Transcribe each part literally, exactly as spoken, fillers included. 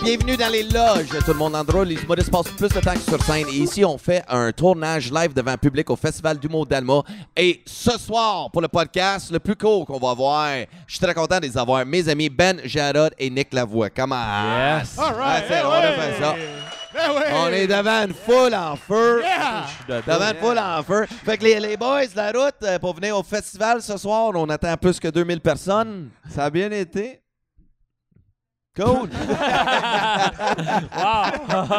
bienvenue dans les loges. Tout le monde en drôle. Les humoristes passent plus de temps que sur scène. Et ici, on fait un tournage live devant public au Festival d'humour d'Alma. Et ce soir, pour le podcast, le plus court qu'on va avoir, je suis très content de les avoir. Mes amis Ben Jarod et Nick Lavoie. Comment? Yes. All right. Ah, on a fait ça. On est devant une foule en feu. Yeah. Devant une foule en feu. Fait que les, les boys de la route, euh, pour venir au festival ce soir, on attend plus que deux mille personnes. Ça a bien été. Cool. Wow.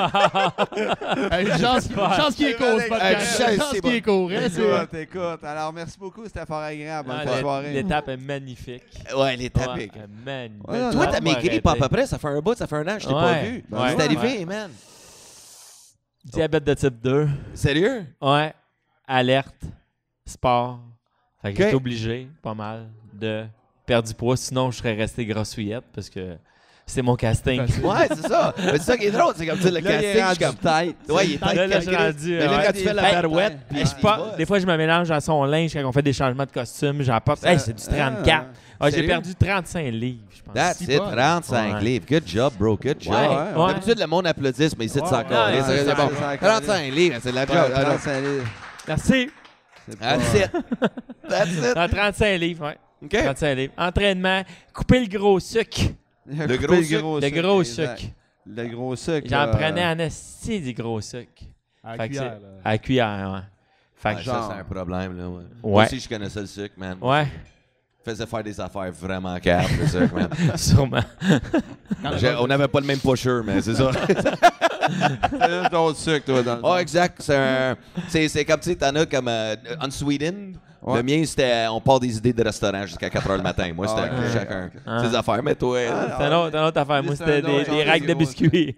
Une chance, chance qu'il est court, ce podcast. Hey, Une chance c'est qu'il est court. hein, c'est- Écoute, écoute. Alors, merci beaucoup. C'était fort agréable. Non, Bonne l'é- soirée. L'étape est magnifique. Ouais, les tapés. Ouais, magnifique. Ouais, non, Toi, non, t'as Moi, maigri pas à peu arrêter. près. Ça fait un bout, ça fait un an, je t'ai Ouais. pas vu. Ouais. C'est Ouais. arrivé, man. Diabète de type deux. Sérieux? Ouais. Alerte. Sport. Fait que Ok. j'étais obligé, pas mal, de perdre du poids. Sinon, je serais resté grossouillette parce que c'est mon casting. Ouais, c'est ça. Mais c'est ça qui est drôle. C'est comme, tu sais, le Là, il est casting, je suis rendu comme... tête. Ouais, il est tête. Là, là, je suis calculé. rendu, Mais là, ouais. quand tu fais la Hey, barouette... Puis je pas- des fois, je me mélange à son linge quand on fait des changements de costume. J'apporte. Hey, c'est du trente-quatre. Ah, j'ai Sérieux? perdu trente-cinq livres, je pense. That's Si it, bon. trente-cinq Ouais. livres. Good job, bro, good job. Ouais, ouais. ouais. D'habitude, le monde applaudit, mais ici, c'est encore. ouais, C'est ouais, c'est bon. c'est encore. trente-cinq livres, c'est de la job. Ouais, Ah, non. trente-cinq livres. Merci. C'est pas- That's it. That's it. Ah, trente-cinq livres, ouais. OK. trente-cinq livres. Entraînement. Couper le gros sucre. Il a Le coupé gros sucre. Le gros exact. sucre. Le gros sucre. J'en euh, prenais en esti du gros sucre. À Fait la que cuillère, c'est- là. À la cuillère, ouais. Fait Ouais, que ça, genre- c'est un problème, là. Ouais. Moi Ouais. aussi, je connaissais le sucre, man. Ouais, Faisait faire des affaires vraiment caves, le sucre, man. sûrement. J'ai- On n'avait pas le même pusher, mais c'est ça. C'est juste d'autres sucres, toi, dans le Oh, exact. C'est un- c'est c'est comme, tu sais, t'en as comme euh, Unsweetened. Ouais. Le mien, c'était, on part des idées de restaurant jusqu'à quatre heures le matin. Moi, c'était Ah, ouais. chacun Ah. ses affaires. Mais toi, euh, C'est une autre, une autre affaire. Moi, C'est c'était un des, autre des genre racks de de gros- biscuits.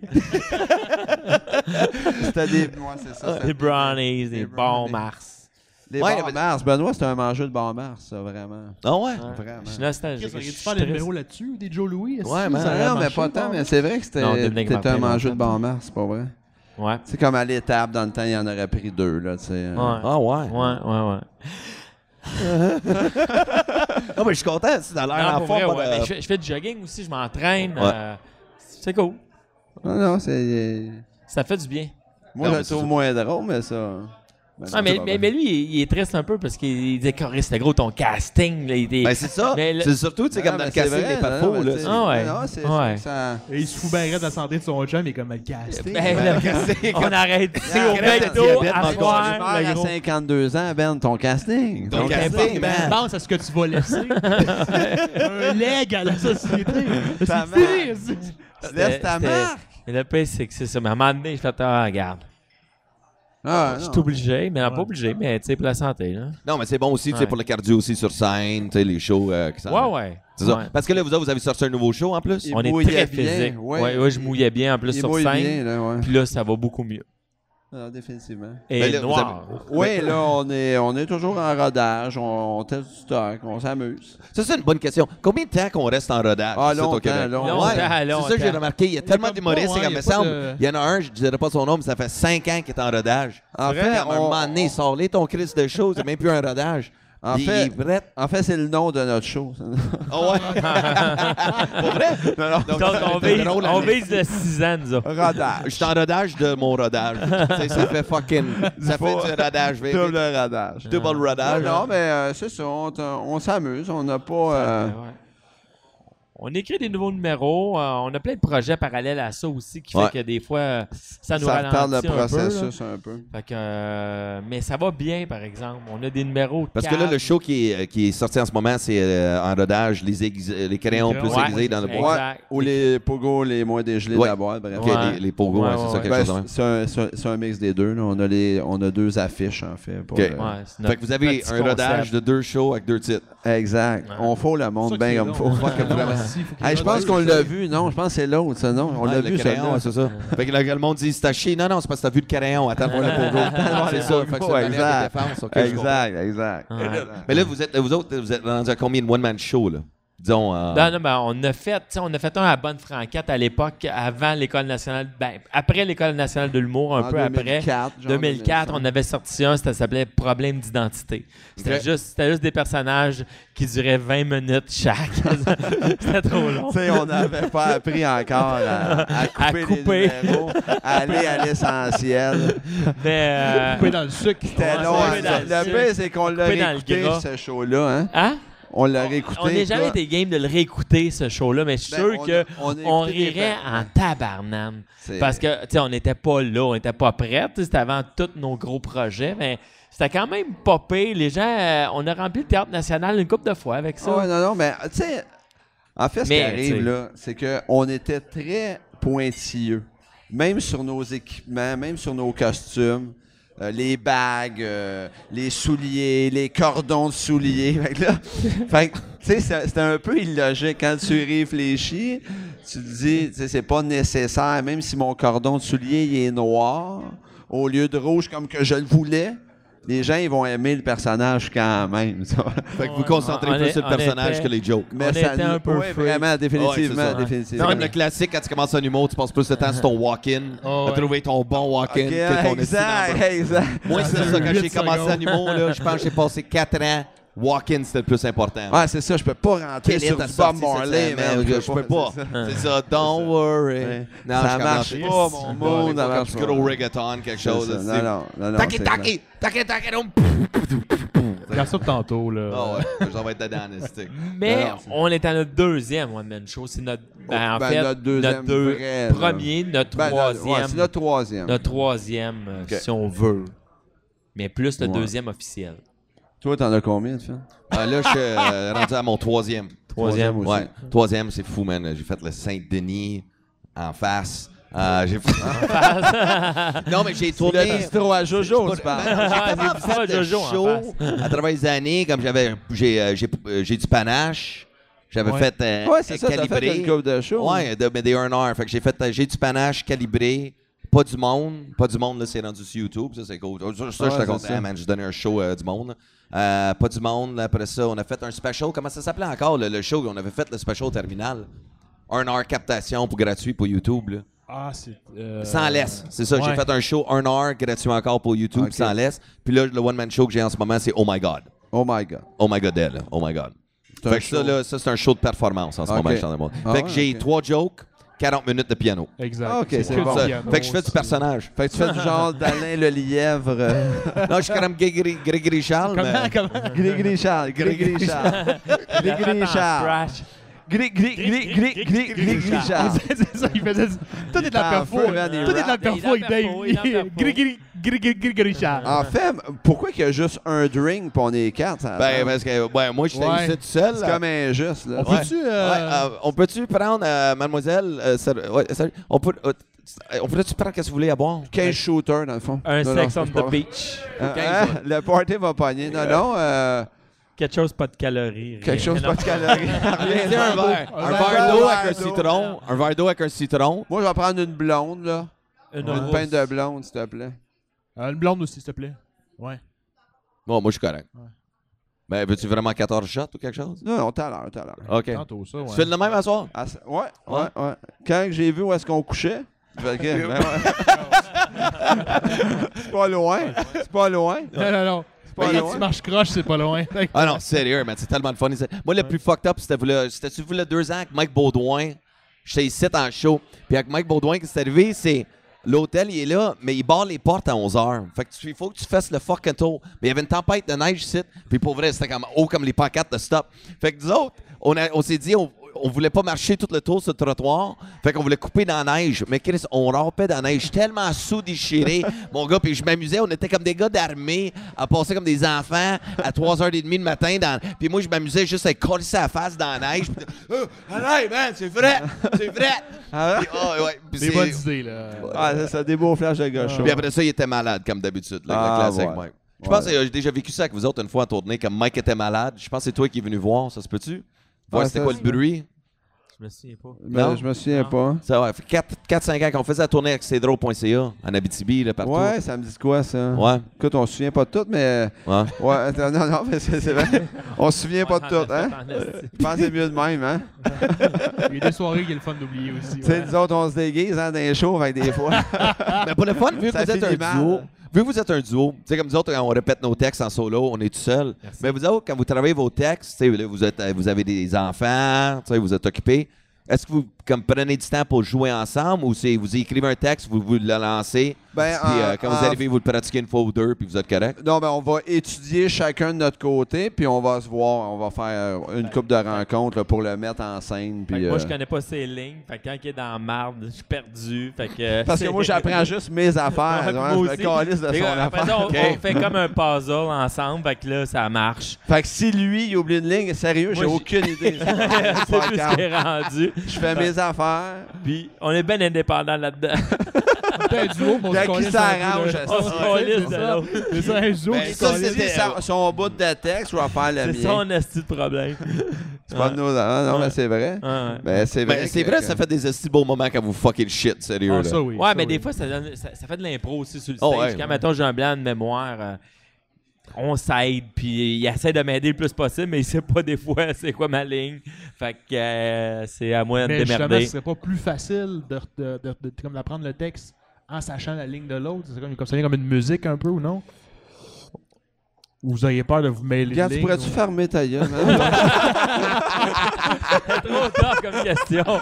C'était des. Ouais, c'est ça. c'était- Des brownies, des Des bons brownies. Mars. Les Ouais, bons mais- Mars. Benoît, c'était un mangeur de bons Mars, ça, vraiment. ah ouais? Vraiment. Je suis nostalgique. Chris, je aurais-tu suis faire des triste. numéros là-dessus ou des Joe Louis? est-ce Ouais, que man. ça aurait Non, mais marché, pas tant, bon? mais c'est vrai que c'était Non, Dominique t'étais Martin, un mangeur en de fait. bons Mars, c'est pas vrai? Ouais. C'est comme à l'étape, dans le temps, il y en aurait pris deux, là, tu sais. euh. Ouais. Ah ouais? Ouais, ouais, ouais. Non, mais je suis content. C'est dans l'air Non, en pour forme. vrai, pas ouais. de- Mais je, fais, je fais du jogging aussi, je m'entraîne. Ouais. euh, c'est cool. Non, non, c'est... Ça fait du bien. Moi, Non, je mais le c'est trouve ça. moins drôle, mais ça... Ben, Ah, mais, c'est mais, pas mais lui, il, il est triste un peu parce qu'il dit Corey, c'était gros ton casting. Là, il était- Ben, c'est ça. Mais le- C'est surtout, tu sais, vrai. comme Non, dans le mais c'est casting vrai, des pas non, faux, mais là. tu sais, Ah ouais. non, c'est Ouais. ça... Et il se fout bien raide de la santé de son chum, il est comme le casting. Ben, là, on arrête ici au Arrête, McDo diabète, à mon Tu voir meurs le à gros. cinquante-deux ans, Ben, ton casting. Ton Ton casting, man. Pense à ce que tu vas laisser. Un leg à la société. C'est Ta fini, c'est- Laisse ta C'était- marque. Mais le pire, c'est que c'est ça. Mais à un moment donné, je fais ah, regarde. Ah, Je non. suis obligé, mais non, pas Ouais. obligé, mais tu sais, pour la santé. Là. Non, mais c'est bon aussi, tu sais, Ouais. pour le cardio aussi sur scène, tu sais, les shows euh, qui s'en Ouais, ouais. C'est ça. Ouais. Parce que là, vous autres, vous avez sorti un nouveau show en plus? Il On est mouillait très bien, physique. ouais. Ouais, ouais, je mouillais bien en plus Il sur mouille scène. bien, là, ouais. Puis là, ça va beaucoup mieux. Non, définitivement. Et Mais là, vous noir. Oui, là, on est, on est toujours en rodage, on, on teste du stock, on s'amuse. Ça, c'est une bonne question. Combien de temps qu'on reste en rodage? Ah, ici, au longtemps, Québec? longtemps. Ouais, Longtemps, c'est ça que j'ai longtemps. remarqué. Il y a tellement comme d'humoristes, pas, c'est hein, comme il y me a pas semble. de- Il y en a un, je dirais pas son nom, mais ça fait cinq ans qu'il est en rodage. En C'est fait, vrai, à un on- moment donné, sors-les ton Christ de show, c'est même plus un rodage. En il, fait- il est prêt. En fait, c'est le nom de notre show. Ah ouais? Pour vrai? Donc, Donc, on c'est vise, drôle, on hein. vise le six ans, nous autres. Rodage. Je suis en rodage de mon rodage. Tu sais, ça fait fucking. Ça fait Pas- du rodage, baby. Double rodage. Double rodage. Non, mais euh, c'est ça, on, t- on s'amuse, on n'a pas... euh, Ouais. On écrit des nouveaux numéros. euh, on a plein de projets parallèles à ça aussi qui Ouais. fait que des fois, euh, ça nous ça ralentit retarde le un peu. là. processus un peu. Fait que, euh, mais ça va bien, par exemple. On a des numéros. Parce que là, le calmes. show qui est, qui est sorti en ce moment, c'est euh, en rodage, les, aiguis- les crayons Les plus crayons, aiguisés dans le exact. bois. Ouais. Ou les pogos, les moins dégelés Ouais. de la boîte, bref. Ok, Ouais. les, les pogos, Ouais, ouais, c'est ouais, ça, quelque Ben, chose de même. c'est un, c'est un- c'est un mix des deux. Là. On, a les, on a deux affiches, en fait. Pour, Ok. euh, Ouais, c'est Fait notre que vous avez petit un rodage concept. de deux shows avec deux titres. Exact. Ouais. On faut le monde bien comme il faut. Hey, je pense qu'on l'a vu, non? Je pense que c'est l'autre, ça, non? On Ouais, l'a le vu, crayon, ça. ouais, c'est ça. Fait que là, le monde dit, c'est à chier. Non, non, c'est parce que t'as vu le crayon. Attends de voir le pogo. C'est ça. Fait que c'est Ouais, une manière de exact. défense. ok, je comprends. Exact, exact. Ouais. Mais là, vous êtes, vous autres, vous êtes rendu à combien de one-man show, là? disons... Euh... Non, non, ben, on a fait, on a fait un à Bonne-Franquette à l'époque, avant l'École nationale, ben, après l'École nationale de l'humour, un En peu deux mille quatre, après. genre deux mille quatre, deux mille cinq. on avait sorti un, ça s'appelait Problème d'identité. C'était Ok. juste, c'était juste des personnages qui duraient vingt minutes chaque. C'était trop long. Tu sais, on n'avait pas appris encore à, à couper, À couper. les numéros, à aller à l'essentiel. Mais, euh, Coupé dans le sucre. C'était Ouais, long. couper hein. dans le Le sucre, pire, c'est qu'on l'a couper dans le réécouté, gras. ce show-là. Hein? hein? On l'a réécouté. On n'a jamais là. été game de le réécouter, ce show-là, mais je suis Ben, sûr on a- qu'on on a écouté des rirait pa- en tabarnane. C'est- Parce que, tu sais, on n'était pas là, on n'était pas prêts. tu sais, C'était avant tous nos gros projets, mais c'était quand même pas pire. Les gens, euh, on a rempli le Théâtre National une couple de fois avec ça. Ah ouais, non, non, mais tu sais, en fait, ce Mais, qui arrive, t'sais. là, c'est qu'on était très pointilleux. Même sur nos équipements, même sur nos costumes. Euh, les bagues, euh, les souliers, les cordons de souliers. Fait que là, fait que, tu sais, c'est- c'était un peu illogique. Quand tu réfléchis, tu te dis, tu sais, c'est pas nécessaire, même si mon cordon de soulier il est noir, au lieu de rouge comme que je le voulais, les gens ils vont aimer le personnage quand même. ça. Fait que vous concentrez On plus est- sur le on personnage était- que les jokes. Mais On ça était un peu ouais, freak. vraiment, définitivement, Ouais, c'est ça. C'est C'est définitivement. comme le classique, quand tu commences un humour, tu passes plus de temps sur ton walk-in, Oh, à ouais. trouver ton bon walk-in Ok, que ton exact, estime. exact. Moi, c'est ça, quand huit j'ai commencé secondes. en humour, là, je pense que j'ai passé quatre ans. Walk-in, c'était le plus important. Ouais, c'est ça, je peux pas rentrer Quel sur hit a du Bob sorti cette Marley, semaine? man. Je peux pas. c'est ça. C'est ça, don't worry. Ouais. Non, Ça je suis marche comme, pas, non, mon c'est monde, pas, ça comme marche du gros pas. reggaeton, quelque C'est chose. ça. là, Non, non, non, non. Taki, c'est taki, taki, taki, dum. Regarde ça tantôt, là. Ah ouais, ça va être dedans, c'est Mais Non, non, c'est- on est à notre deuxième One Man Show. C'est notre, ben, en Ben, fait, notre deuxième deux- vrai, là. premier, notre Ben, là, troisième. ouais, c'est notre troisième. Notre troisième, euh, Ok. si on veut. Mais plus le Ouais. deuxième officiel. Toi, t'en as combien de films? Ah, là, je suis euh, rendu à mon troisième. Troisième aussi. Ouais, troisième, c'est fou, man. J'ai fait le Saint-Denis en face. Euh, j'ai fait... non, mais j'ai tourné... Le bistrot à Jojo, tu parles. J'ai Ah, tellement c'est ça, fait de Jojo en show face. à travers les années, comme j'avais... J'ai, euh, j'ai, euh, j'ai du panache. J'avais Ouais. fait euh, Ouais, c'est ça, t'as calibré. fait une coupe de show. Ouais, de, mais des earners. Fait que j'ai fait... euh, j'ai du panache calibré. Pas du monde. Pas du monde, là, c'est rendu sur YouTube. Ça, c'est cool. Ça, ça Ouais, j'étais c'est content, ça. man. J'ai donné un show euh, du monde. Euh, pas du monde. Après ça, on a fait un special. Comment ça s'appelait encore, le, le show? On avait fait le special terminal. Un heure captation pour gratuit pour YouTube, là. Ah, c'est. euh, Sans laisse. C'est ça, j'ai ouais. fait un show un heure gratuit encore pour YouTube Ok. sans laisse. Puis là, le one-man show que j'ai en ce moment, c'est Oh My God. Oh my God. Oh My God, elle. Oh My God. C'est Fait un que ça, show. là, ça, c'est un show de performance en ce Ok. moment. Je suis en train de voir. Ah fait que ouais, j'ai ok. trois jokes, quarante minutes de piano. Exact. Ah, ok, c'est que bon. du Ça. piano, Fait que je fais du c'est- personnage. Fait que tu fais du genre d'Alain le lièvre. euh, Non, je suis comme Grégory, Grégory Charles. Comment, mais- comment? Grégory Charles. Grégory Charles. Grégory Charles. Crash. Gré- gré- gré- gré- gré- Grégory Charles. C'est ça, il faisait. Tout est de la Ah, perfo. feu, man, il Tout est de la rappe. Il est perfo dans avec la Dave. perfo, il est dans la perfo. Grégory- Grégory Grégory Charles. En fait, pourquoi qu'il y a juste un drink pis on est quatre? ça- Ben, parce que ouais, moi, je suis Ouais. ici tout seul. C'est là. comme injuste, là. On Ouais. peut-tu. Ouais, euh, euh, on peut-tu prendre, euh, mademoiselle, euh, ça- ouais, salut. on peut, euh, on peut-tu prendre qu'est-ce que vous voulez à boire? quinze shooters, dans le fond. Un Non, non, sex c'est on pas the vrai. beach. Euh, hein? Le party va pogner. Non, non. euh, Quelque chose, pas de calories. quelque chose Non. pas de calories. Allez, un verre. Un Un verre verre d'eau, d'eau un avec un verre d'eau. citron. Un verre d'eau avec un citron. Moi, je vais prendre une blonde, là. Une Une rousse. pinte de blonde, s'il te plaît. euh, Une blonde aussi, s'il te plaît. Ouais. Bon, moi, je suis correct. Ouais. Ben, veux-tu vraiment quatorze shots ou quelque chose? Non, non, tout à l'heure, tout à l'heure. OK. Tantôt, ça, ouais. Tu fais le même à soir? Ah, c'est- ouais, ouais, ouais. Quand j'ai vu où est-ce qu'on couchait, je fais, OK, ben ouais. C'est pas loin. C'est pas loin. Non, non, non. pas Quand loin. tu marches croche, c'est pas loin. Ah non, sérieux, man, c'est tellement le fun. Moi, le plus fucked up, c'était v'là- c'était-tu v'là deux ans avec Mike Baudouin. J'étais ici en show. Puis avec Mike Baudouin, ce qui s'est arrivé, c'est l'hôtel, il est là, mais il barre les portes à onze heures. Fait que tu- il faut que tu fasses le fucking tour. Mais il y avait une tempête de neige ici. Puis pour vrai, c'était comme haut comme les pancartes de stop. Fait que nous autres, on, a- on s'est dit, on, on voulait pas marcher tout le tour sur le trottoir. Fait qu'on voulait couper dans la neige. Mais Chris, on rampait dans la neige tellement sous-déchiré, mon gars. Puis je m'amusais. On était comme des gars d'armée à passer comme des enfants à trois heures trente le matin. Dans... Puis moi, je m'amusais juste à coller sa face dans la neige. Puis, oh, allez, man, c'est vrai, c'est vrai. Ah, Puis, oh, ouais, puis Des c'est- bonnes idées, là. ah, c'est ça, des beaux flashs de gars chauds. Puis après ça, il était malade, comme d'habitude. là, Ah, le classique, ouais. Mike. Je Ouais. pense que j'ai déjà vécu ça avec vous autres une fois en tournée, comme Mike était malade. Je pense que c'est toi qui es venu voir, ça se peut-tu? Voir Ah, c'était ça, quoi le c'est- bruit. Je me souviens pas. Ben, Non? je me souviens Non. pas. Ça ouais, fait quatre cinq ans qu'on faisait la tournée avec cedro point c a en Abitibi, là, partout. Ouais, ça me dit quoi, ça? Ouais. Écoute, on se souvient pas de tout, mais... Ouais. Ouais, attends, non, non, mais c'est c'est vrai. On se souvient pas de tout, hein? Je pense que c'est mieux de même, hein? Il y a des soirées qu'il est le fun d'oublier aussi. Tu sais, ouais. nous autres, on se déguise hein, dans les shows avec des fois. Mais pour le fun, vu que Ça vous êtes finit un mal. duo, vu que vous êtes un duo, tu sais, comme nous autres, quand on répète nos textes en solo, on est tout seul. Merci. Mais vous autres, quand vous travaillez vos textes, tu sais, là, vous, êtes, vous avez des enfants, tu sais, vous êtes occupés. Est-ce que vous comme, prenez du temps pour jouer ensemble ou c'est vous écrivez un texte, vous, vous le lancez, Ben, puis euh, en- quand vous en- arrivez, vous le pratiquez une fois ou deux, puis vous êtes correct? Non, ben on va étudier chacun de notre côté, puis on va se voir. On va faire euh, une coupe de rencontres là, pour le mettre en scène. Fait Puis, que moi, euh, je connais pas ses lignes. Fait que quand il est dans la marde, je suis perdu. Fait que, Parce que c'est- moi, j'apprends juste mes affaires. Ouais, ouais, moi je me aussi. calisse de Fait son que, après affaire. ça, on, Ok. on fait comme un puzzle ensemble. Fait que là, ça marche. Fait que si lui, il oublie une ligne, sérieux, j'ai Moi, aucune idée. C'est plus ce qui est rendu. Je fais mes affaires. Puis on est bien indépendants là-dedans. T'es un duo, mais on Quand se qui calisse s'arrange, un peu, là. on se Ouais, calisse c'est de ça. l'autre. C'est ça, un duo Ben, qui se ça, calisse. c'était- son, son bout de texte, je vais faire le C'est mien. son esti de problème. C'est pas de nos ah, non, Ouais. mais c'est vrai. Ouais, ouais. Ben, c'est vrai. Ben, c'est que- vrai, ça fait des esti beaux moments quand vous fuckez le shit, sérieux. Ah, là. ça, oui. Ouais, ça, mais oui. des fois, ça, donne, ça, ça fait de l'impro aussi sur le Oh, stage. ouais, Quand, ouais. mettons, j'ai un blanc de mémoire, euh, on s'aide, puis il essaie de m'aider le plus possible, mais il sait pas des fois c'est quoi ma ligne. Fait que euh, c'est à moi de me Mais justement, démerder. ce serait pas plus facile de, de, de, de- comme d'apprendre le texte en sachant la ligne de l'autre? C'est comme, comme ça vient comme une musique un peu ou non? Ou vous auriez peur de vous mêler Regarde, de tu lignes, pourrais-tu ou- fermer ta gueule? hein? C'est trop tough comme question.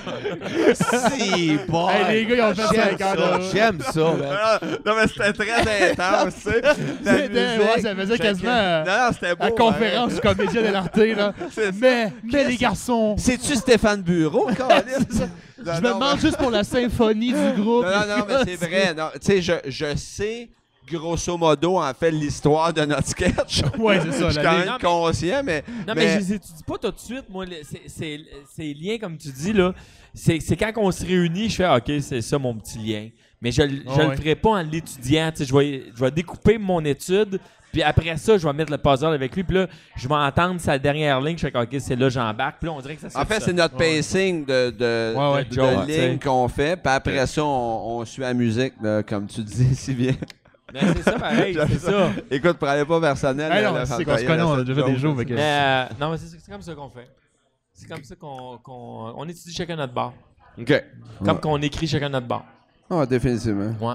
Si, bon. Hey, les gars, ils ont fait J'aime cinq ans, ça, là. j'aime ça, man. non, mais c'était très intense, tu sais. La C'était- musique. ouais, ça faisait quasiment euh, Non, non, c'était beau. la hein. conférence du comédien de l'arté, là. C'est ça. Mais, mais les garçons, C'est-tu Stéphane Bureau, câlisse? Non, je me non, demande juste pour la symphonie du groupe. Non, non, non, mais c'est vrai. Non, tu sais, je, je sais, grosso modo, en fait, l'histoire de notre sketch. Ouais, c'est ça. Je suis la quand ligne. même Non, mais- conscient, mais... Non, mais, je les étudie pas tout de suite. Moi, le- c'est- c'est- ces liens, comme tu dis, là, c'est c'est quand on se réunit, je fais OK, c'est ça mon petit lien. Mais je, le- je Ah le ouais. ferai pas en l'étudiant. Tu sais, Je vais, je vais découper mon étude, puis après ça, je vais mettre le puzzle avec lui, puis là, je vais entendre sa dernière ligne. Je fais OK, c'est là, j'embarque. Puis là, on dirait que ça se En fait, tout c'est seul. notre Ouais. pacing de, de, Ouais, ouais, de- de Joe, lignes t'sais. qu'on fait. Puis après ça, on, on suit la musique, là, comme tu dis si bien. Mais c'est ça, pareil, c'est ça. Écoute, prenez pas personnel. Hey, là, non, la c'est qu'on se fantaille, connaît, là, on a cette déjà fait des joke, shows, fait que- Mais euh, non, mais c'est c'est comme ça qu'on fait. C'est comme ça qu'on qu'on- on étudie chacun notre bar. OK. Comme Ouais. qu'on écrit chacun notre bar. Ah, définitivement. Ouais.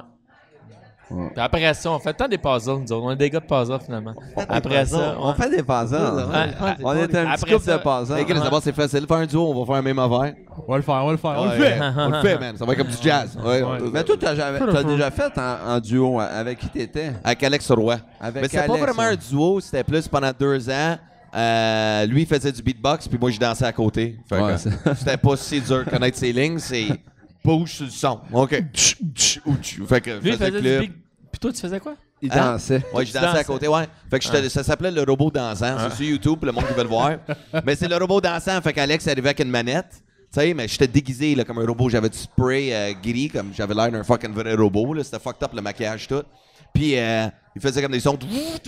Ouais. Puis après ça, on fait tant des puzzles, nous autres. On est des gars de puzzles, finalement. Après ça, On fait des puzzles. hein. Ah, On est un petit Après couple ça- de puzzles. Hey, Chris, d'abord, c'est facile. Faire un duo, on va faire un même affaire. On va le faire, on va le faire. On le Ouais, fait. On le fait, man. Ça va être comme du jazz. Ouais, Ouais. on- Mais toi, t'as jamais- t'as déjà fait en, en duo. Avec qui t'étais? Avec Alex Roy. Avec Mais c'était pas Alex, vraiment ouais. un duo, c'était plus pendant deux ans. Euh, lui, il faisait du beatbox, puis moi, je dansais à côté. Fait que, Ouais, euh, c'était pas si dur de connaître ses lignes, c'est bouge sur le son. OK. Tch, tch, ou tch. Fait que lui, il faisais faisait le du clip. big. Puis toi, tu faisais quoi? Il Hein? dansait. Ouais, je Tu dansais à dansais. côté, ouais. Fait que j'étais- ça s'appelait le robot dansant. C'est sur YouTube, pour le monde qui veut le voir. Mais c'est le robot dansant. Fait qu'Alex arrivait avec une manette. Tu sais, mais j'étais déguisé là, comme un robot. J'avais du spray euh, gris, comme j'avais l'air d'un fucking vrai robot. Là. C'était fucked up, le maquillage, tout. Puis euh, il faisait comme des sons.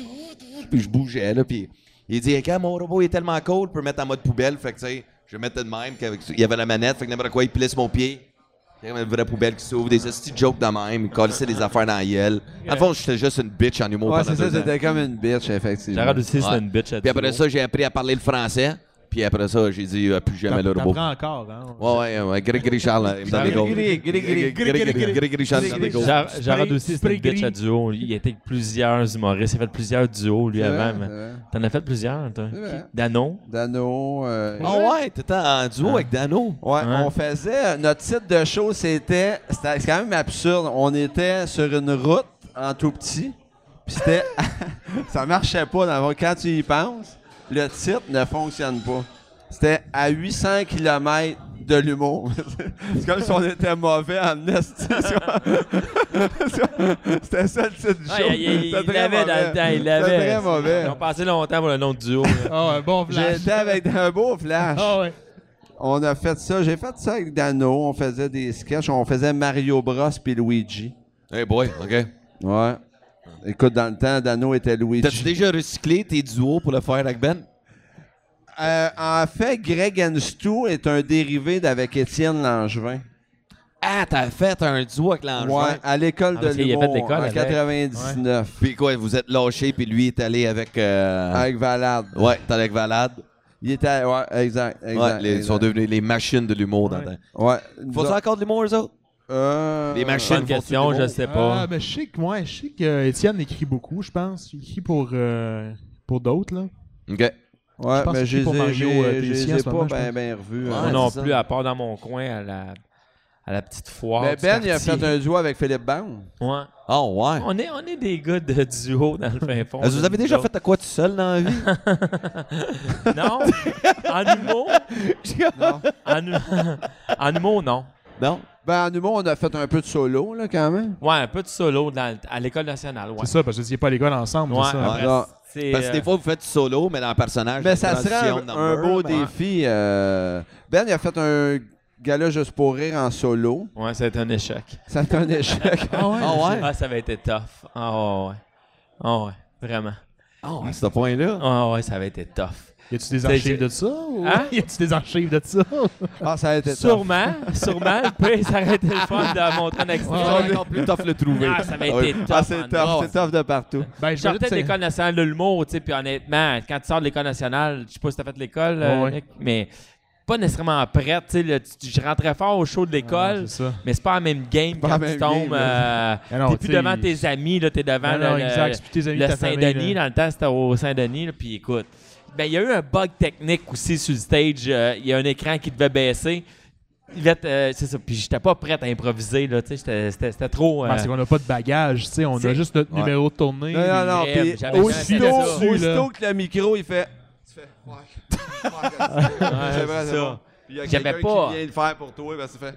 Puis je bougeais, là. Puis il dit, quand mon robot est tellement cool, je peux le mettre en mode poubelle. Fait que, tu sais, je le mettais de même. qu'avec- Il y avait la manette. Fait que n'importe quoi, il plisse mon pied. Il y avait une vraie poubelle qui s'ouvre, des petits jokes de même. Il collait des affaires dans la gueule. En fond, j'étais juste une bitch en humour Ouais, pendant c'est ça, deux ans. c'était comme une bitch, effectivement. Gérard aussi, c'est Ouais. une bitch à Puis après ça, j'ai appris à parler le français. Puis après ça, j'ai dit euh, plus jamais le robot. T'apprends encore, hein? Ouais, ouais, ouais. Grégory Charles, euh, il me donne des Grégory, goals. Grégory, Grégory, Grégory Charles, il me donne des goals. Gérard Gérard aussi, c'est Spray une bitch gris. à duo. Il était avec plusieurs humoristes. Il a fait plusieurs duos, lui, C'est vrai, avant. mais- c'est vrai. T'en as fait plusieurs, toi? C'est vrai. Qui? Dano? Dano. euh, Ah ouais, t'étais en duo avec Dano. Ouais, Hein? on faisait. Notre titre de show, c'était. C'était c'est quand même absurde. On était sur une route en tout petit. Puis c'était. Ça marchait pas. Dans le- Quand tu y penses, le titre ne fonctionne pas. C'était à huit cents kilomètres de l'humour. C'est comme si on était mauvais en esti. C'était ça le titre du show. Ah, il il- il C'était très l'avait dans mauvais. le temps, il C'était l'avait. très mauvais. Ils ont passé longtemps pour le nom du duo. là. Ah ouais, bon flash. J'étais avec un beau flash. Ah ouais. On a fait ça. J'ai fait ça avec Dano. On faisait des sketchs. On faisait Mario Bros puis Luigi. Hey boy, OK. Ouais. Écoute, dans le temps, Dano était Luigi. T'as-tu déjà recyclé tes duos pour le faire avec Ben? Euh, en fait, Greg and Stu est un dérivé d'avec Étienne Langevin. Ah, t'as fait un duo avec Langevin. Ouais, à l'école Ah, de parce qu'il a fait l'humour l'école en avec. quatre-vingt-dix-neuf. Puis quoi, vous êtes lâchés, puis lui est allé avec... euh, Avec Valade. Ouais, t'es avec Valade. Il était... Ouais, exact, exact. Ouais, les- ils exact. sont devenus les machines de l'humour dans le temps. Ouais. Faut-tu encore de l'humour, eux autres? Euh... Les machines. Bonne question, je sais pas. Ah, ben, je sais que, ouais, je sais que Étienne écrit beaucoup, je pense. Il écrit pour, euh, pour d'autres, là. OK. Ouais, Je pense mais qu'il je écrit pour les ai- Mario, j'ai- euh, je Tessier les en ai ce moment, pas je bien pense. ben revus. Ouais, Moi hein. non c'est plus, ça. à part dans mon coin, à la, à la petite foire. Mais du Ben, il a quartier. fait un duo avec Philippe Bond. Ouais. Oh, ouais. On est, on est des gars de duo dans le fin fond. Est-ce que vous avez déjà fait de quoi tout seul dans la vie? Non. En humour? Non. En, hu- en humour, non. Non? Ben, en humour, on a fait un peu de solo, là, quand même. Ouais, un peu de solo dans, à l'école nationale. Ouais. C'est ça, parce que c'est pas à l'école ensemble, Ouais, c'est ça. après, Non. c'est, Parce que des euh, fois, vous faites du solo, mais dans le personnage... Mais la ça serait transition un, de un number, beau mais- défi. euh, Ben, il a fait un gala juste pour rire en solo. Ouais, ça a été un échec. Ça a été un échec. Ah ouais? Ah, ça avait été tough. Ah ouais. Ah ouais, vraiment. Ah, à ce point-là? Ah ouais, ça avait été tough. Y a-tu des C'est- archives de ça? Ou... Hein? Y a-tu des archives de ça? Ah, ça a été tough. Sûrement, sûrement, le pire, ça aurait été le fun de montrer un extrait. C'est encore plus tough le trouver. Ah, ça avait Ouais. été tough. Ah, c'est en tough, c'est tough de partout. Ben, Je je sortais de c'est- l'école nationale de l'humour, tu sais, puis honnêtement, quand tu sors de l'école nationale, je sais pas si t'as fait l'école, euh, Ouais, ouais. Nick, mais pas nécessairement prête, tu sais, là, tu- je rentrais fort au show de Ah, l'école, c'est ça. mais c'est pas la même game Pas quand la tu même tombes, game, euh, Ah non, t'es plus tu sais, devant tes amis, là, t'es devant Ah le, non, le- exact, c'est plus tes amis, le ta famille, Saint-Denis, là. dans le temps, c'était au Saint-Denis, là, puis écoute, ben, il y a eu un bug technique aussi sur le stage, euh, il y a un écran qui devait baisser, Yvette, euh, c'est ça, puis j'étais pas prête à improviser, là, tu sais, j'étais- c'était c'était trop... euh, Parce qu'on n'a pas de bagage, tu sais, on a c'est- juste notre Ouais. numéro de tournée. Non, non, non. Crème, Puis j'avais aussitôt, jamais fait ça. aussitôt que le micro, il fait. Tu fais. Ouais. Ouais, C'est vrai, c'est c'est ça. bon. Puis il y a J'avais quelqu'un pas- qui vient le faire pour toi, ben, tu fais.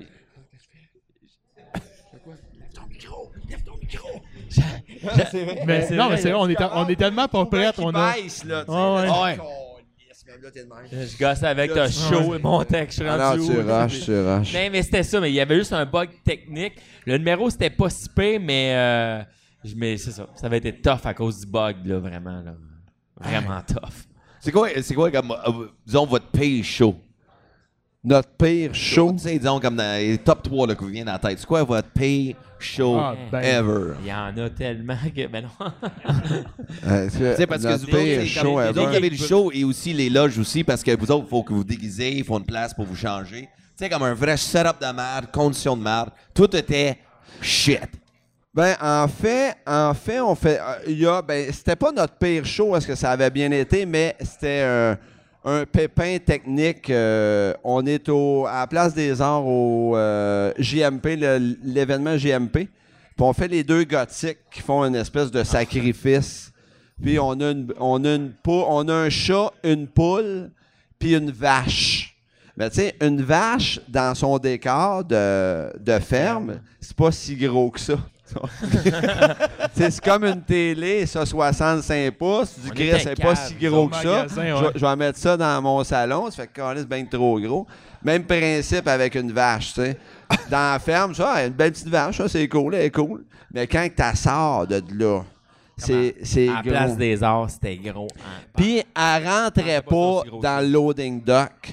C'est vrai. Mais c'est non, vrai, mais c'est vrai, on est, on est tellement pas prêts. On a... baisse, là. tu sais. Ah ouais. Là, Ouais. Calisse, même là, t'es de même. Je gosse avec, Là, t'as tu- chaud, et mon texte, je suis Ah rendu non, où, tu là? rushes, tu rushes. Mais, mais c'était ça, mais il y avait juste un bug technique. Le numéro, c'était pas si pire, mais, euh, je- mais c'est ça. Ça avait été tough à cause du bug, là, vraiment. Là. Vraiment tough. C'est quoi, c'est quoi comme, euh, disons, votre pire show? Notre pire show. Tu sais, disons, comme dans les top trois là, qui vous vient dans la tête. C'est quoi votre pire show Ah, ben, ever? Il y en a tellement que. Ben non. Euh, Tu sais, parce que notre vous autres, pire c'est show comme- vous ever. autres, vous avez le show et aussi les loges aussi, parce que vous autres, il faut que vous déguisez, il faut une place pour vous changer. Tu sais, comme un vrai setup de merde, condition de merde. Tout était shit. Ben, en fait, en fait, on fait. euh, Il y a. Ben, c'était pas notre pire show, parce que ça avait bien été, mais c'était un, un pépin technique. euh, on est au, à la Place des Arts au euh, J M P, le- l'événement J M P. Puis on fait les deux gothiques qui font une espèce de sacrifice. Puis on a, une, on, a une pou- on a un chat, une poule, puis une vache. Mais tu sais, une vache dans son décor de, de ferme, c'est pas si gros que ça. T'sais, c'est comme une télé, ça, soixante-cinq pouces. Tu dis, On Chris, était c'est pas calme, si gros au que ça. magasin, ouais. Je vais- Je vais mettre ça dans mon salon. Ça fait que c'est bien trop gros. Même principe avec une vache, tu sais. Dans la ferme, ça, une belle petite vache, ça, c'est cool, elle est cool. Mais quand tu sors de là, c'est c'est À la gros. place des arts, c'était gros. hein. Puis elle rentrait Ah, c'est pas pas aussi gros que dans le loading dock.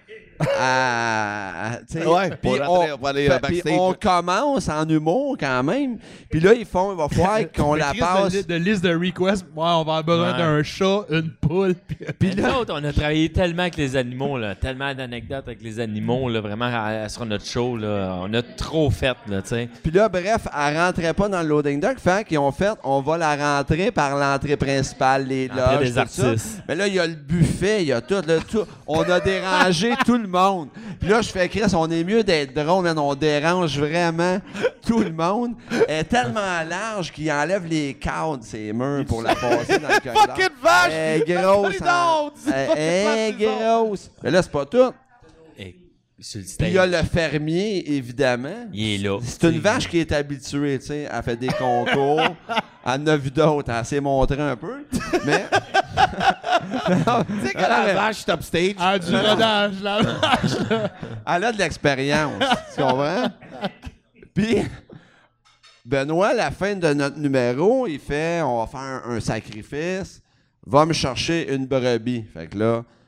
À- tu sais, Ouais, puis pour rentrer- on, pour aller, fait- euh, puis backstage. on commence en humour quand même. Puis là, ils font, il va falloir qu'on Le la Chris passe. De, de liste de requests, ouais, on va avoir besoin Ouais. d'un chat, une poule, puis Puis nous autres, on a travaillé tellement avec les animaux, là, tellement d'anecdotes avec les animaux, là, vraiment à- à- sur notre show. Là, on a trop fait, là, tu sais. Puis là, bref, elle rentrait pas dans le loading dock. Fait qu'ils ont fait, on va la rentrer par l'entrée principale, les L'entrée loges, des tout ça. artistes. Mais là, il y a le buffet, il y a tout, là, tout. On a dérangé tout le monde. Puis là, je fais, Chris, on est mieux d'être drôle, man. On dérange vraiment tout le monde. Elle est tellement large qu'il enlève les cadres de ses murs pour la passer dans le corridor. Fucking vache! Elle est grosse. Dis en- donc, dis Elle pas elle est que c'est grosse. Mais là, c'est pas tout. Et sur le Puis stage, il y a le fermier, évidemment. il est là. C'est une vache qui est habituée, tu sais. Elle fait des concours. Elle en a vu d'autres. Elle s'est montrée un peu. Mais. Tu sais que la vache top stage. ah, du rodage, là. Elle a de l'expérience. Tu comprends? Puis. Benoît, à la fin de notre numéro, il fait on va faire un, un sacrifice. Va me chercher une brebis. Fait que là,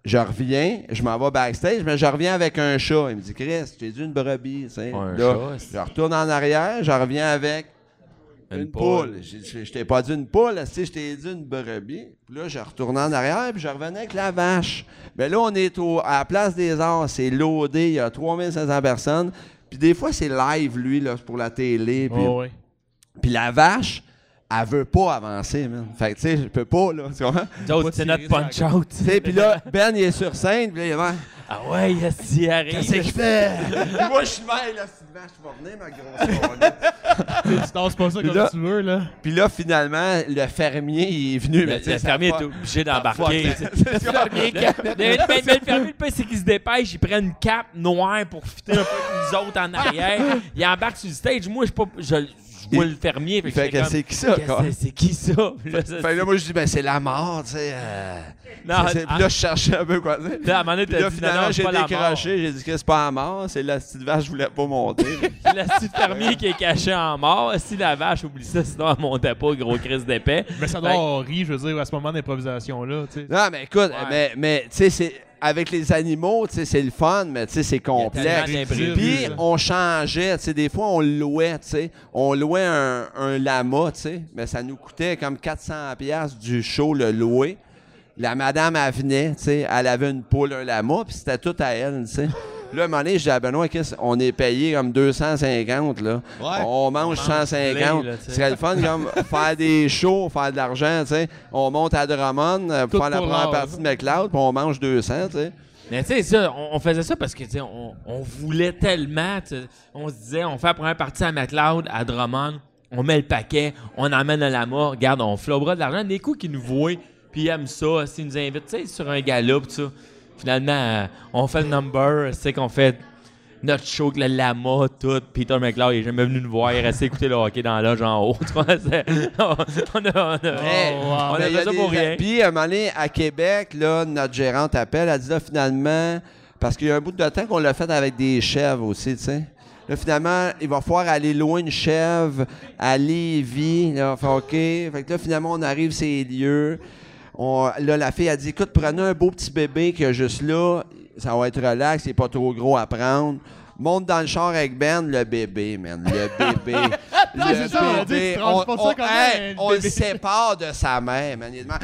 je reviens, je m'en vais backstage, mais je reviens avec un chat. Il me dit, Chris, j'ai dit une brebis. Tu sais. Un Là, chat, je retourne en arrière, je reviens avec une, Une poule. poule. Je, je, je t'ai pas dit une poule, tu sais, je t'ai dit une brebis. Puis là, je retourne en arrière, puis je revenais avec la vache. Mais là, on est au, à la Place des Arts, c'est loadé, il y a trois mille cinq cents personnes. Puis des fois, c'est live, lui, là, pour la télé. Puis, Oh, ouais. puis la vache, elle veut pas avancer, man. Fait que, tu sais, je peux pas, là. Tu comprends? Nous autres, c'est notre punch-out. Tu sais, puis là, Ben, il est sur scène, puis là, il est là. Ah ouais, yes, il arrive. Qu'est-ce qu'il fait? Puis moi, je suis mal, là, cette vache, tu vas venir, ma grosse conne. Tu tasses pas ça Puis comme là- tu veux, là. Puis là, finalement, le fermier, il est venu. Le, mais tu sais, le ça fermier fuck- est obligé ça d'embarquer. fuck- Le fermier, mais, mais- mais le fermier, le pire, c'est qu'il se dépêche, il prend une cape noire pour fitter un peu avec nous autres en arrière. Il embarque sur le stage. Moi, je suis pas. Je, je vois Il- le fermier. Il Fait fait que que c'est c'est qui ça, comme, quoi? Qu'est-ce que c'est qui ça? Puis là, ça- Fait que là, moi, je dis, ben, c'est la mort, tu sais. euh, Non, c'est- c'est- ah, Puis là, je cherchais un peu quoi dire. là, à un moment donné, Puis t'as là, dit, non, finalement, non, c'est j'ai pas la mort. décroché. J'ai dit que c'est pas la mort, c'est la petite vache, je voulais pas monter. C'est le petit fermier qui est caché en mort. Si la vache oublie ça, sinon elle montait pas, gros crise d'épais. Mais ça doit avoir ri, je veux dire, à ce moment d'improvisation-là, tu sais. Non, mais écoute, Ouais. mais, mais tu sais, c'est- avec les animaux, tu sais, c'est le fun, mais tu sais, c'est complexe. tellement d'imprévus, Puis là. on changeait, tu sais, des fois on louait, tu sais, on louait un, un lama, tu sais, mais ça nous coûtait comme quatre cents piastres du show le louer. La madame, elle venait, tu sais, elle avait une poule, un lama, puis c'était tout à elle, tu sais. Là, à un moment donné, je dis à Benoît, qu'est-ce- on est payé comme deux cent cinquante, là. Ouais. On mange cent cinquante. blé, là, tu sais. Ce serait le fun, comme faire des shows, faire de l'argent, tu sais. On monte à Drummond euh, pour Tout faire la pour première l'art. partie de McLeod, puis on mange deux cents, tu sais. Mais tu sais, ça, on, on faisait ça parce que, tu sais, on, on voulait tellement. tu sais, On se disait, on fait la première partie à McLeod, à Drummond, on met le paquet, on emmène un lama, regarde, on flobera de l'argent. Des coups qui nous voient, puis ils aiment ça, s'ils nous invitent, tu sais, sur un gala, pis ça. Finalement, euh, on fait le number, c'est qu'on fait notre show avec le lama, tout. Peter McLeod, il est jamais venu nous voir, il est resté écouter le hockey dans la loge en haut. tu vois, c'est- on a, on a, on a, Hey, on a mais il y fait a ça des- pour rien. Puis, à un moment donné, à Québec, là, notre gérante appelle, elle dit là, finalement, parce qu'il y a un bout de temps qu'on l'a fait avec des chèvres aussi, tu sais. Là, finalement, il va falloir aller loin une chèvre, à Lévis. Là, on fait OK. Fait que là, finalement, on arrive sur les lieux. On- là, la fille a dit écoute, prenez un beau petit bébé qui est juste là. Ça va être relax, il n'est pas trop gros à prendre. Monte dans le char avec Ben, le bébé, man. Le bébé. le c'est ça, on a dit, bébé. tu On, transportes ça on- comment, hey, un on le bébé? sépare de sa mère, man. Il est, de-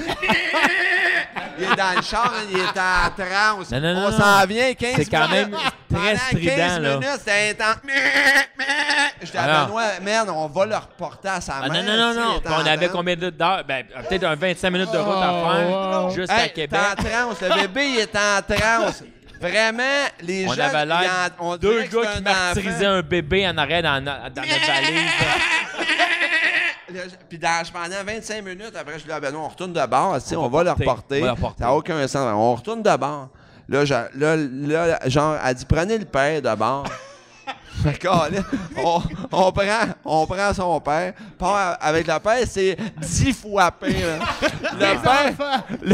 il est dans le char, il est en transe. Non, non, non, on non. s'en vient quinze C'est quand minutes. même très Pendant strident, quinze là. minutes, c'était intense. Je dis à Alors. Benoît, merde, on va le reporter à sa Ah, mère. non, non, non, tu sais, non. il est Puis en on avait transe. combien d'heures? Ben, peut-être un vingt-cinq minutes de route à Oh, faire, wow. juste à Hey, Québec. t'es en transe. Le bébé, il est en transe. Vraiment, les On gens... avait l'air ils en- on deux dirait que gars c'est qui un martyrisaient enfant. un bébé en arrière dans, dans notre valise. Le- Puis dans, pendant vingt-cinq minutes, après, je dis à Benoît, on retourne de bord, tu sais, on, va va le reporter. reporter. On va le reporter. Ça n'a aucun sens. On retourne de bord. Là, je- là, là, genre, elle dit, prenez le père de bord. Fait que, là, on, on, prend, on prend son père. Part avec le père, c'est dix fois pire. là. Le père... le-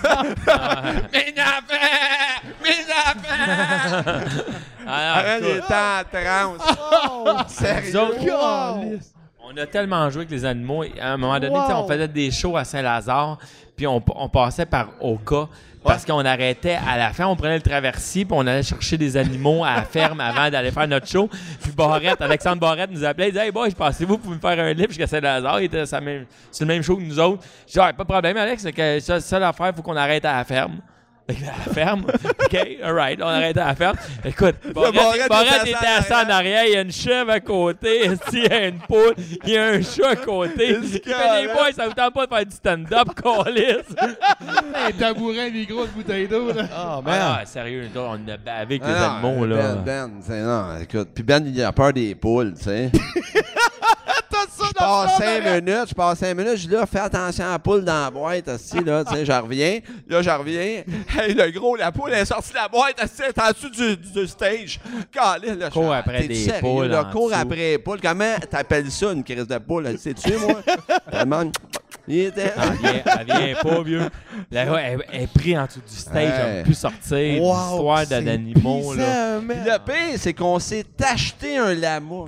mes enfants! Mes enfants! Ah, Arrête, il écoute, est en transe. nous Sérieux? autres, on a tellement joué avec les animaux. À un moment donné, tu sais, on faisait des shows à Saint-Lazare, puis on, on passait par Oka. Parce qu'on arrêtait à la fin, on prenait le traversier, puis on allait chercher des animaux à la ferme avant d'aller faire notre show. Puis Barrette, Alexandre Barrette nous appelait, il disait « Hey boy, pensez-vous pour me faire un lift jusqu'à Saint-Lazare? » Il était sur la même- sur le même show que nous autres. Je dis « Ah, pas de problème, Alex, c'est que ça, ça l'affaire, il faut qu'on arrête à la ferme. » Fait que à la ferme. OK, all right, on arrête à la ferme. Écoute, Barrette, Barrette Barrette était était assis en assis en arrière, il y a une chèvre à côté, il y a une poule, il y a un chat à côté. Il fait des boys, ça vous tente pas de faire du stand-up, câlisse. Un tabouret, un micro, une bouteille d'eau, là. Oh, Ah, non, sérieux, nous autres, on a bavé avec les Ah non, animaux, là. Ben, Ben, c'est- non, écoute. Puis Ben, il a peur des poules, tu sais. Je passe cinq minutes, je passe cinq minutes, je dis là, fais attention à la poule dans la boîte, aussi, là, tu sais, je reviens. Là, je reviens. Hey, le gros, la poule, elle est sortie de la boîte, elle est en dessous du, du, du stage. Calé, là, je Cours fais, après t'es-tu des sérieux, poules là? en Cours dessous. après les poules. Comment t'appelles ça, une crise de poule? Elle dit, sais-tu, moi? Tellement. Il était. Elle vient, elle vient pas, vieux. Là, ouais, elle, elle est prise en dessous du stage, Hey. elle ne peut plus sortir. Wow, L'histoire c'est d'animaux, là. Puis le pire, c'est qu'on s'est acheté un lama.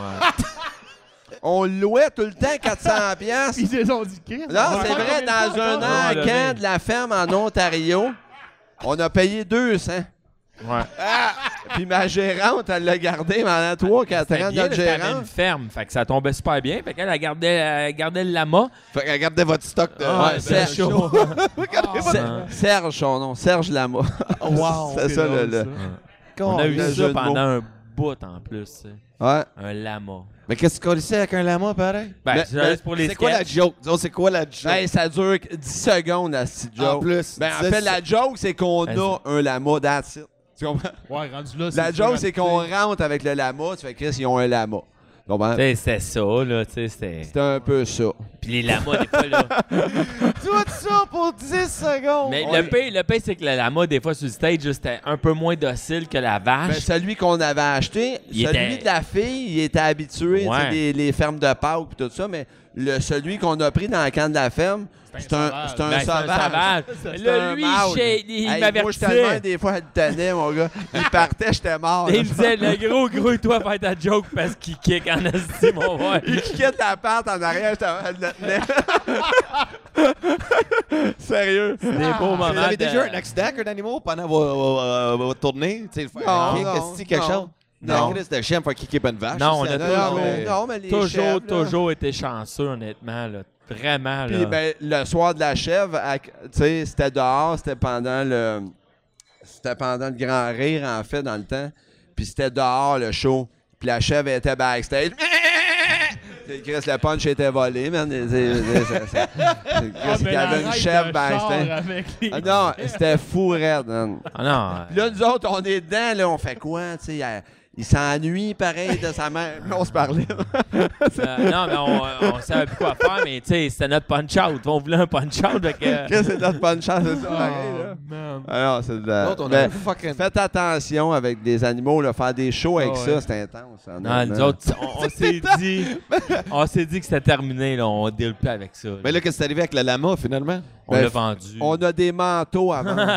On le louait tout le temps quatre cents piastres. Ils se sont dit, Chris, on Non, va c'est faire vrai, combien de dans fois un encore? moment encan donné. de la ferme en Ontario, On a payé deux cents. Ouais. Ah! Puis ma gérante, elle l'a gardé pendant trois quatre C'était ans, bien, notre là, c'était gérante. une ferme, fait que ça tombait super bien. Fait qu'elle elle gardait, elle gardait le lama. Fait que regardez votre stock de. Ah, Ouais, ben, Serge. chaud. Ser- Serge, son nom. Serge Lama. Wow. C'est ça, le... le- On a eu le ça jeu de pendant mots. un bout en plus. tu sais. Ouais. Un lama. Mais qu'est-ce que tu connaissais avec un lama, pareil? Ben, Mais- c'est mais juste pour les C'est quoi la sketchs. joke? Disons, c'est quoi la joke? Hey, ça dure dix secondes, la petite joke. En plus. Ben, en dix- fait, la joke, c'est qu'on Vas-y. a un lama, that's it. Tu comprends? Ouais, rendu là. La dur joke, à c'est péter. qu'on rentre avec le lama, tu fais Chris, ils ont un lama. Tu comprends? Tu sais, c'était ça, là. Tu sais, c'était. C'était un peu ça. Puis les lamas, des fois, là. Tout ça pour dix secondes! Mais Ouais. le pire, le pire, c'est que le lama, des fois, sur le stage, juste, c'était un peu moins docile que la Ben, vache. celui qu'on avait acheté, Il celui était- de la fille, il était habitué, tu sais, Ouais. les, les fermes de Pâques et tout ça, mais le, celui qu'on a pris dans le camp de la ferme, c'est un, sauvage. c'est un Ben, c'est sauvage. sauvage. C'est Là, un lui, mâle. j'ai- il Hey, moi, je m'avertissait. tellement des fois, elle tenait, mon gars. Il partait, j'étais mort. Et là. il me disait, le gros, gros, toi, faire ta joke parce qu'il kick en asti, mon boy. Il quitte la patte en arrière, j'étais elle le tenait. Sérieux. Des beaux moments. Vous avez de- déjà un accident avec un animal pendant vos, vos, euh, vos tournées? Tu sais, le faire Non, un kick, non, est-ce que quelque non. chose? Non. Chris de chien pour faire kicker une vache. Non, on ça, a ça, toujours- Non, mais, mais- non, mais les Toujours, chèvres, là. toujours été chanceux, honnêtement, là. Vraiment, là. Puis ben, le soir de la chèvre, à- tu sais, c'était dehors, c'était pendant le c'était pendant le grand rire en fait dans le temps. Puis c'était dehors le show. Puis la chèvre était backstage. Chris, le punch était volé, man. C'est- c'est- c'est- c'est- Ah, Chris, mais il y avait une l'arrête chèvre de backstage. char avec les- Ah non, c'était fou raide, man. Ah non. Puis là, nous autres, on est dedans, là, on fait quoi, tu sais, il- il s'ennuie pareil de sa mère. On se parlait. Euh, non, mais on, on savait plus quoi faire, mais tu sais, c'était notre punch-out. On voulait un punch-out, fait que... Qu'est-ce que c'est notre punch chance, c'est ça, pareil, là. Oh, man. Ah non, c'est de la... L'autre, on a Ben, un fucking. faites attention avec des animaux, là, faire des shows avec Ah ça, ouais. c'est intense. Non, honnêtement. nous autres, on, on s'est dit... On s'est dit que c'était terminé, là. On deal plus avec ça. là. Mais là, qu'est-ce qui est arrivé avec le lama, finalement? on ben, l'a vendu. On a des manteaux à vendre.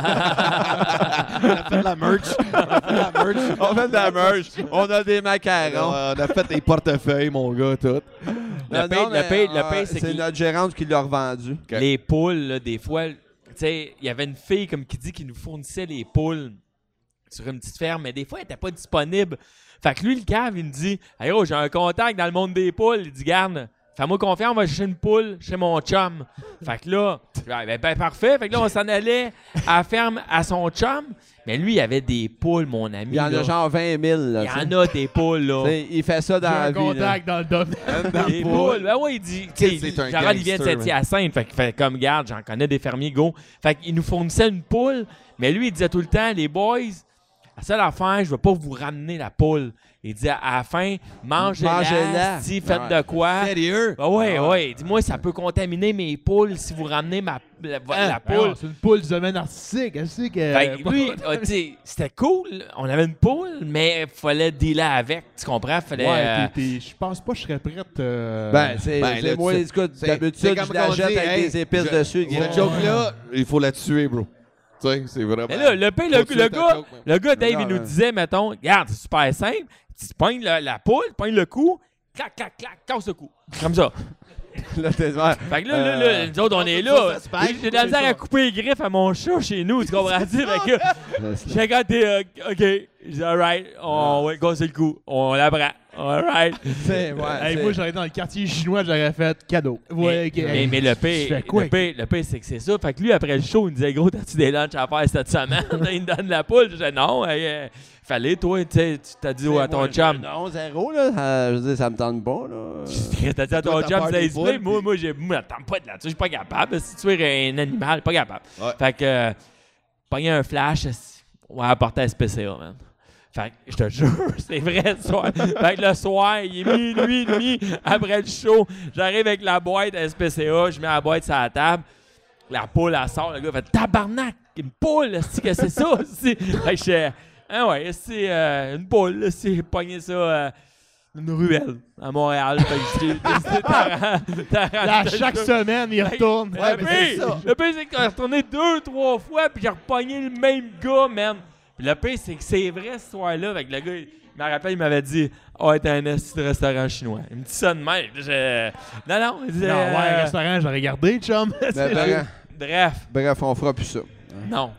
On a fait de la merch. On a fait de la merch. on fait de la merch. On a des On macarons. a on a fait des portefeuilles, mon gars, tout. Le Non, pire, non, le mais, pire, le euh, pire, c'est c'est qu'il- notre gérante qui l'a revendu. Les poules, là, des fois, tu sais, il y avait une fille, comme qui dit, qui nous fournissait les poules sur une petite ferme, mais des fois, elle n'était pas disponible. Fait que lui, le cave, il me dit, hey, oh, j'ai un contact dans le monde des poules. Il dit, garde, fais-moi confiance, on va chercher une poule chez mon chum. Fait que là, ouais, ben, ben, parfait. Fait que là, on s'en allait à la ferme à son chum. Mais lui, il avait des poules, mon ami. Il y en là. a genre vingt mille. Là, Il y tu sais. en a des poules, là. T'sais, il fait ça J'ai dans la un vie. là. contact dans le domaine. Des poules. Ben oui, il dit. Tu sais, C'est un Gérald, il vient de gangster, Saint-Hyacinthe. Fait qu'il fait comme garde, j'en connais des fermiers go. Fait qu'il nous fournissait une poule. Mais lui, il disait tout le temps, les boys, la seule affaire, je veux pas vous ramener la poule. Il dit à la fin, mangez-la, Mangez-la. si faites Ouais. de quoi. Sérieux? Ben ouais, ouais. Dis-moi, ça peut contaminer mes poules si vous ramenez ma, la, la Ben poule. non, c'est une poule du domaine artistique. Elle sait que. Fait que lui, ah, tu sais, c'était cool. On avait une poule, mais il fallait dealer avec. Tu comprends? Fallait. Ouais, euh, t'es- t'es- je pense pas que je serais prête. euh, Ben, c'est Ben, c'est là, moi, tu- écoute, c'est- c'est d'habitude, comme je la qu'on jette dit, avec hey, des épices je- dessus. Cette gars. joke-là, il faut la tuer, bro. Tu sais, c'est vraiment. Mais là, le, pire, le, Faut tuer le ta gars, joke, man. le gars, Dave, Non, il nous non. disait, mettons, regarde, c'est super simple. Tu pognes la, la poule, tu pognes le cou, clac, clac, clac, casse le cou. Comme ça. Là, t'es ouais. Fait que là, là, Euh, là, nous autres, on est ça, là. ça se passe. J'ai de la misère à couper les griffes à mon chat chez nous, tu comprends-tu? Fait que, j'ai quand t'es, euh, OK, j'ai dit, alright, on va casser le cou, on la prend, alright. C'est- ouais, Hey, c'est- moi, j'aurais été dans le quartier chinois, j'aurais fait cadeau. Ouais, ok. mais, mais le Tu pire, fais quoi le pire, le pire, c'est que c'est ça. Fait que lui, après le show, il me disait, gros, t'as-tu des lunchs à faire cette semaine? Il me donne la poule. Je disais, non, hey, euh, fallait, toi, tu sais, tu t'as dit à ton Moi, chum. Non, zéro, là. ça- je veux dire, ça me tente pas, là. T'as dit à ton Toi, t'as chum, peur c'est des exprès. poules, Moi, puis- moi, j'ai, moi, attends pas de là-dessus, je suis pas capable. Si tu es un animal, pas capable. Ouais. Fait que, euh, pogner un flash, on va apporter à S P C A, man. Fait que, je te jure, c'est vrai, ce soir. Fait que le soir, il est minuit et demi après le show. J'arrive avec la boîte à S P C A, je mets la boîte sur la table. La poule, elle sort. Le gars fait tabarnak, une poule, c'est que c'est ça? C'est... Fait que je fais, ah ouais, c'est euh, une poule, là, c'est pogné ça. Euh, une ruelle à Montréal. Fait que j'ai décidé de Là, à chaque semaine, il retourne. Ouais, le pire, le pire, c'est qu'on est retourné deux, trois fois, puis j'ai repogné le même gars, man. Puis le pire, c'est que c'est vrai ce soir-là. Avec le gars, il me rappelle, il m'avait dit, oh, t'es un esti de restaurant chinois. Il me dit ça de même. Je... Non, non, il disait. Non, ouais, euh, restaurant, j'aurais gardé, chum. Mais bref, Bref, bref, on fera plus ça. non.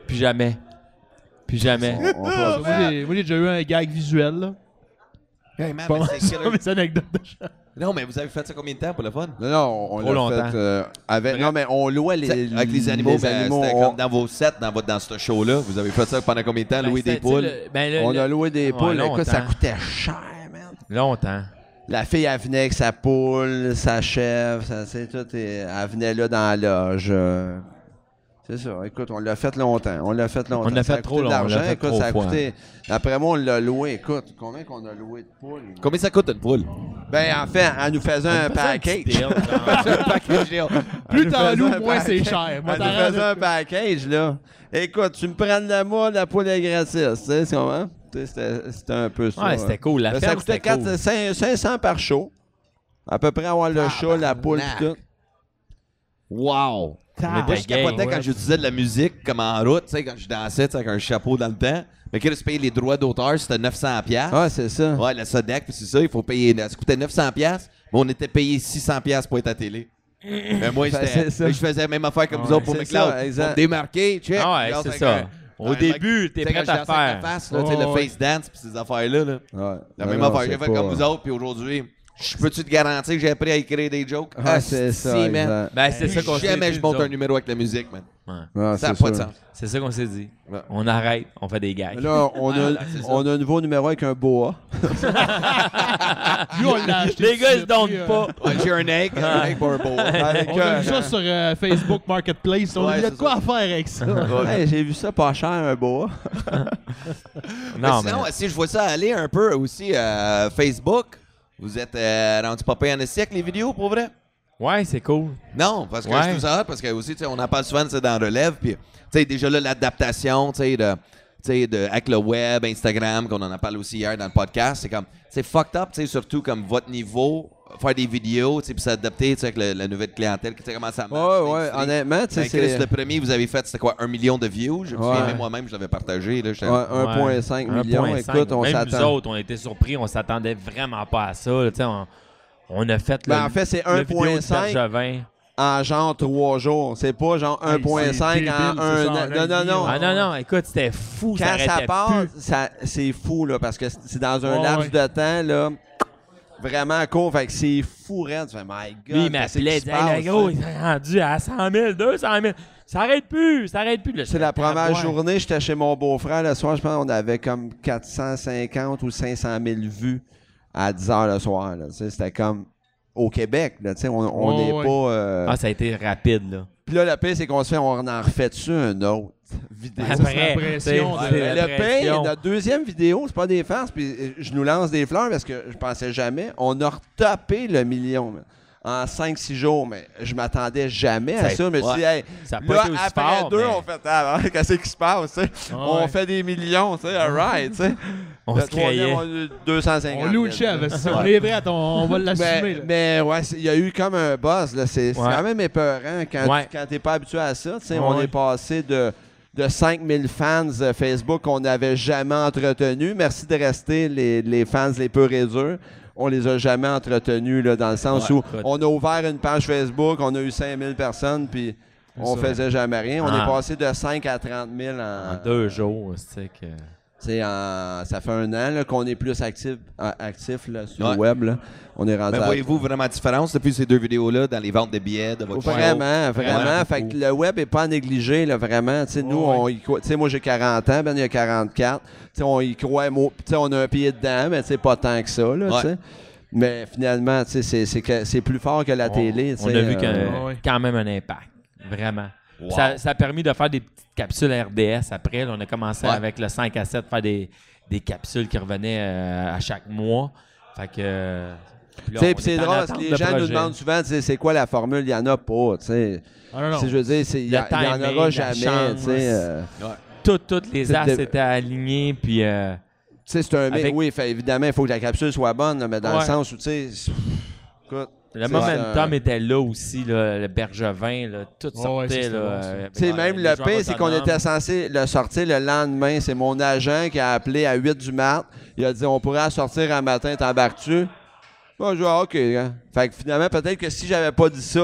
Plus jamais. Plus jamais. On- on Moi, va- j'ai moi, j'ai déjà eu un gag visuel, là. Hey, man, Pas mais mal c'est ça, killer. mes anecdotes de chat. Non, mais vous avez fait ça combien de temps pour le fun? Non, non, on Trop l'a longtemps. fait euh, avec. Non, mais on louait les. T'sais, avec les animaux, ben, animaux, c'était on, comme dans vos sets, dans, votre, dans ce show-là. Vous avez fait ça pendant combien de temps, Ben, louer des c'était, tu sais, poules? le- ben, le- on le- a loué des Ouais, poules. Écoute, ça longtemps. coûtait cher, man. Longtemps. La fille, elle venait avec sa poule, sa chèvre, ça, c'est tout. Et elle venait là dans la loge. euh, C'est ça. Écoute, on l'a fait longtemps. On l'a fait longtemps. On l'a Ça a fait coûté trop de long, l'argent. on l'a fait Écoute, trop ça a fois. coûté. Après moi, on l'a loué. Écoute, combien qu'on a loué de poules? Combien ça coûte une poule? Ben, en fait, elle nous faisait un On faisait un package. petit deal, genre. Plus nous t'en faisait loues, un moins c'est package. cher. Moi, Elle nous t'arrêtes faisait de- un package, là. Écoute, tu me prends de la moule, la poule est gratis. Tu sais, c'est comment? Tu sais, C'était c'était un peu ça. Ouais, c'était cool. La Ben, ferme, ça coûtait c'était cool. quatre- cinq- cinq cents par show. À peu près avoir le chat, la poule et tout. Wow! On Moi, était je capotais gay, quand ouais. j'utilisais de la musique comme en route, tu sais, quand je dansais tu sais, avec un chapeau dans le temps. Mais quand tu payais les droits d'auteur, c'était neuf cents piastres. Ouais, c'est ça. Ouais, la Sodec, puis c'est ça, il faut payer. Ça coûtait neuf cents piastres, mais on était payé six cents piastres pour être à télé. Mais moi, Ben, j'étais- c'est ça. je faisais la même affaire comme Ouais, vous autres pour c'est McLeod. ça, exact. Pour me démarquer, check. Ah ouais, je danse c'est avec ça. un- Au un début, mec- t'es tu sais, prêt quand à je dansais avec faire. la face, là, tu sais, Oh, le ouais. face dance, puis ces affaires-là. Là. Ouais. La Non, même non, affaire. c'est J'ai fait pas- comme vous autres, puis aujourd'hui, je peux-tu te garantir que j'ai appris à écrire des jokes? Ah, c'est si, ça. man. exact. Ben, c'est ça qu'on s'est Jamais dit, je monte nous un autres. numéro avec la musique, man. Ouais. Ouais, Ça n'a c'est pas de sûr. sens. C'est ça qu'on s'est dit. Ouais. On arrête, on fait des gags. Là, on a, c'est ça. on a un nouveau numéro avec un boa. Lui, on l'a acheté. Les gars, ils se tout de donnent suite, pas. Ouais, j'ai un egg, un egg pour un beau. Avec On a un- vu ça sur euh, Facebook Marketplace. On Ouais, a dit, il y a c'est de quoi ça. à faire avec ça. Hey, j'ai vu ça pas cher, un boa. Mais Non, sinon, mais- si je vois ça aller un peu aussi, euh, Facebook, vous êtes euh, rendu pas payé en esti avec les vidéos, pour vrai? Ouais, c'est cool. Non, parce que Ouais. je trouve ça hot, parce que aussi, tu sais, on en parle souvent, c'est dans Relève, puis, tu sais, déjà là, l'adaptation, tu sais, de, tu sais, de, avec le web, Instagram, qu'on en a parlé aussi hier dans le podcast, c'est comme, c'est fucked up, tu sais, surtout comme votre niveau, faire des vidéos, tu sais, puis s'adapter, tu sais, avec le- la nouvelle clientèle, tu sais, comment ça marche. Ouais, ouais, l'industrie. honnêtement, tu sais, Ben, Chris, c'est le premier, vous avez fait, c'était quoi, un million de views? Je me Ouais. souviens, même moi-même, je l'avais partagé, là, j'étais- ouais, un virgule cinq million. un virgule cinq. Écoute, on Même nous s'attend. autres, on était surpris, on s'attendait vraiment pas à ça. là, tu sais, on, on a fait Ben, le, en fait, c'est le un vidéo virgule de cinq Bergevin. en genre trois jours. C'est pas genre Hey, un virgule c'est cinq débile, en c'est un ça, an. en Non, un non, non. Ah non, non, écoute, c'était fou, ça Quand ça arrêtait part, plus. ça- c'est fou, là, parce que c'est dans un Ouais, laps ouais. de temps, là, vraiment court. Fait que c'est fou, raide. Tu fais, my God. Lui, il qu'est-ce m'appelait, il qui disait, se hey, passe, le gros, hein? il est rendu à cent mille, deux cent mille. Ça arrête plus, ça arrête plus. Là, C'est la j'étais première à boire. journée, j'étais chez mon beau-frère le soir. Je pense qu'on avait comme quatre cent cinquante ou cinq cent mille vues à dix heures le soir. Là. Tu sais, c'était comme au Québec. Là, tu sais, on on Ouais, n'est ouais. pas. euh, Ah, ça a été rapide, là. Puis là, le pire, c'est qu'on se fait, on en refait dessus un autre vidéo. c'est la Après, pression c'est- de- c'est Mais la le pression. pire, notre deuxième vidéo, c'est pas des farces, puis euh, je nous lance des fleurs parce que je pensais jamais. On a retapé le million man, en cinq six jours, mais je m'attendais jamais à Ça- ça. Je me suis ouais. dit, hey, Ça a pas là, été aussi après fort, deux, mais on fait, ah, qu'est-ce qui se passe, tu sais? Ah On ouais. fait des millions, tu sais, alright, tu sais. on Le se troisième, créait. on a eu deux cent cinquante On loue le mille. chef. Si on est prêt, on, on va l'assumer. Mais, là. mais ouais, c'est- il y a eu comme un buzz. Là. C'est, c'est Ouais. quand même épeurant quand, Ouais. quand t'es pas habitué à ça. Tu sais, Ouais, on ouais. est passé de, de cinq mille fans euh, Facebook qu'on n'avait jamais entretenus. Merci de rester les, les fans les peu réduits. On les a jamais entretenus là, dans le sens Ouais, où écoute. on a ouvert une page Facebook, on a eu cinq mille personnes, puis on ça. faisait jamais rien. On Ah. est passé de cinq à trente mille en, En deux jours, tu sais que... tu sais, en- ça fait un an là, qu'on est plus actif, euh, actif là, sur Ouais. le web. Là. On est rendu Mais à- voyez-vous vraiment la différence depuis ces deux vidéos-là dans les ventes de billets de votre show? Vraiment, vraiment. Vraiment Fait que beaucoup. le web est pas à négliger, là, vraiment. Tu sais, nous, Ouais. on y croit. Tu sais, moi, j'ai quarante ans, Ben, il a quarante-quatre. Tu sais, on y croit. mo- Tu sais, on a un pied dedans, mais c'est pas tant que ça, là, Ouais. tu sais. Mais finalement, tu sais, c'est- c'est que- c'est plus fort que la télé, tu On sais, a vu euh, qu'un- ouais. quand même un impact. Vraiment. Wow. Ça, ça a permis de faire des petites capsules R D S après. Là, on a commencé Ouais. avec le cinq à sept, faire des, des capsules qui revenaient euh, à chaque mois. Fait que. euh, puis là, Tu sais, on puis c'est est en drôle parce que attente les de gens nous projet. demandent souvent, tu sais, c'est quoi la formule? Il y en a pas, tu sais. Ah, non, non. Si je veux dire, c'est- il y, a- Le il y en timing, aura la jamais, chance. tu sais. euh, Toutes, toutes les C'est as de- étaient alignés. Puis. euh, Tu sais, c'est un mec, Avec- oui, fait, évidemment, il faut que la capsule soit bonne, là, mais dans le Ouais. sens où, tu sais, c'est- écoute, le c'est momentum un- était là aussi, là, le Bergevin, là, tout Ouais, sortait. ouais, ça, c'était là, bon, ça. euh, Tu sais, avec même les le joueurs pire, c'est qu'on autonomes. était censé le sortir le lendemain. C'est mon agent qui a appelé à huit du mat. Il a dit, on pourrait la sortir un matin, t'embarques-tu? Moi, je dis, ah, OK. Hein. Fait que finalement, peut-être que si j'avais pas dit ça,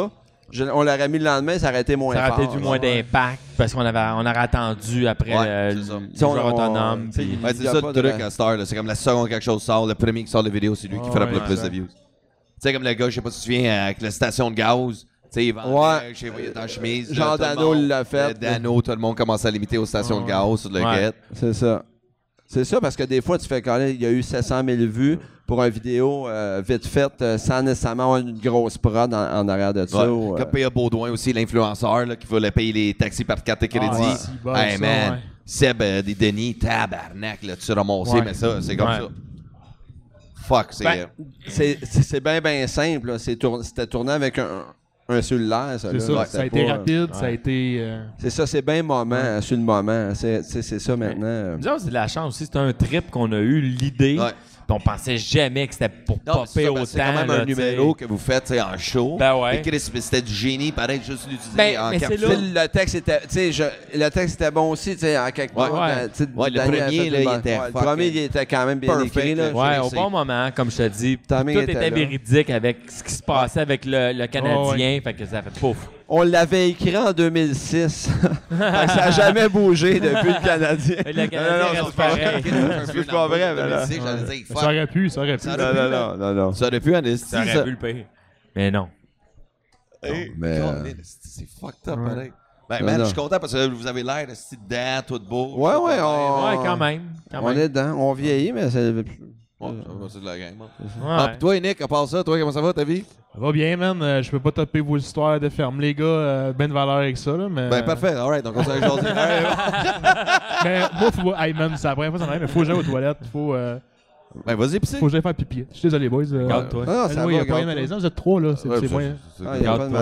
je- on l'aurait mis le lendemain, ça aurait été moins Ça aurait fort. été du moins là. d'impact parce qu'on avait, on aurait attendu après Ouais, euh, c'est le, ça. le Si on- joueur on- autonome. t'sais, puis- Ouais, Il c'est y a ça pas le de- truc à Star, là. C'est comme la seconde quelque chose sort, le premier qui sort de vidéo, c'est lui qui Ouais, frappe le ouais, plus de exact. views. Tu sais, comme le gars, je sais pas si tu te souviens, avec la station de gaz. Tu sais, il vendait, Ouais. je sais pas, il était en chemise. Jean là, tout le Dano monde- l'a fait. euh, Dano, tout le monde commence à l'imiter aux stations de Ouais. gaz sur le Ouais. get. C'est ça. C'est ça, parce que des fois, tu fais quand même, il y a eu sept cent mille vues pour une vidéo euh, vite faite, euh, sans nécessairement avoir une grosse prod en, en arrière de ça. Ouais. ou, euh, Comme P A Baudouin aussi, l'influenceur là, qui voulait payer les taxis par carte de crédit. Ah, ouais. Si, bon, hey ça, man, ouais. Seb euh, des Denis, tabarnak, là, tu ramassé, Ouais. mais ça, c'est comme Ouais. ça. Fuck, c'est. Ben, c'est c'est- c'est bien, bien simple. là. C'est tour- C'était tourné avec un, un cellulaire, ça. C'est là. ça. Ouais, Ça a c'était été pas- rapide, ça a ouais. été. euh, C'est ça, c'est bien moment, euh, sur le moment. C'est c'est- c'est ça maintenant. euh. Nous autres, c'est de la chance aussi. C'était un trip qu'on a eu, l'idée. Ouais. Puis on pensait jamais que c'était pour Non, mais c'est popper ça, autant. parce que c'est quand même là, un tu sais. numéro que vous faites tu sais, en show. Ben ouais. Et Chris, c'était du génie, pareil, juste l'utiliser Ben, en mais c'est capsule. Tu là- sais, Le texte était, tu sais, je- le texte était bon aussi, tu sais, en quelque part. Ouais. euh, tu sais, Ouais, le Daniel a premier, fait là, une il bonne- était ouais, Le fucking premier, il était quand même bien perfect, écrit. Là. là. Ouais, Je au sais. bon moment, comme je te dis. Tout Timing était, était là. véridique avec ce qui se passait avec le, le Canadien. Fait que ça fait pouf. On l'avait écrit en deux mille six. Fait que ça n'a jamais bougé depuis le Canadien. Le Canadien Non, non, reste c'est pas pareil. C'est pas vrai, mais là. J'allais dire, Ça fuck. aurait pu, ça aurait pu. Ça Non, aurait pu, non, là. non, non, non. Ça aurait pu en esti, Ça aurait pu le payer. Mais non. Hey, mais, euh, Colin, esti, c'est fucked up, Ouais. pareil. Ben, Non, man, non. je suis content parce que vous avez l'air de dedans, tout beau. Ouais, ouais, on- Ouais, quand même. Quand On même. est dedans. On vieillit, mais c'est. Ouais, ça va, c'est de la game. hein. Ouais. Ah, pis toi, Nick, à part ça, toi, comment ça va, ta vie? Ça va bien, man. Euh, je peux pas taper vos histoires de ferme, les gars. Euh, ben de valeur avec ça, là. Mais, Ben, parfait, alright, donc on s'en est jasé. Alright, Mais moi, faut. Hey, man, c'est la première fois que ça m'arrive, mais faut que j'aille aux toilettes. Faut, euh, Ben, vas-y, pisser. faut que j'aille faire pipi. Je suis désolé, boys. Euh, Regarde-toi. Non, non, ça oui, il y va, a pas rien regarde-toi. malaisant. Vous êtes trois, là. C'est Ouais, c'est ça, moyen. c'est- Ah, il y a pas de Regarde-toi.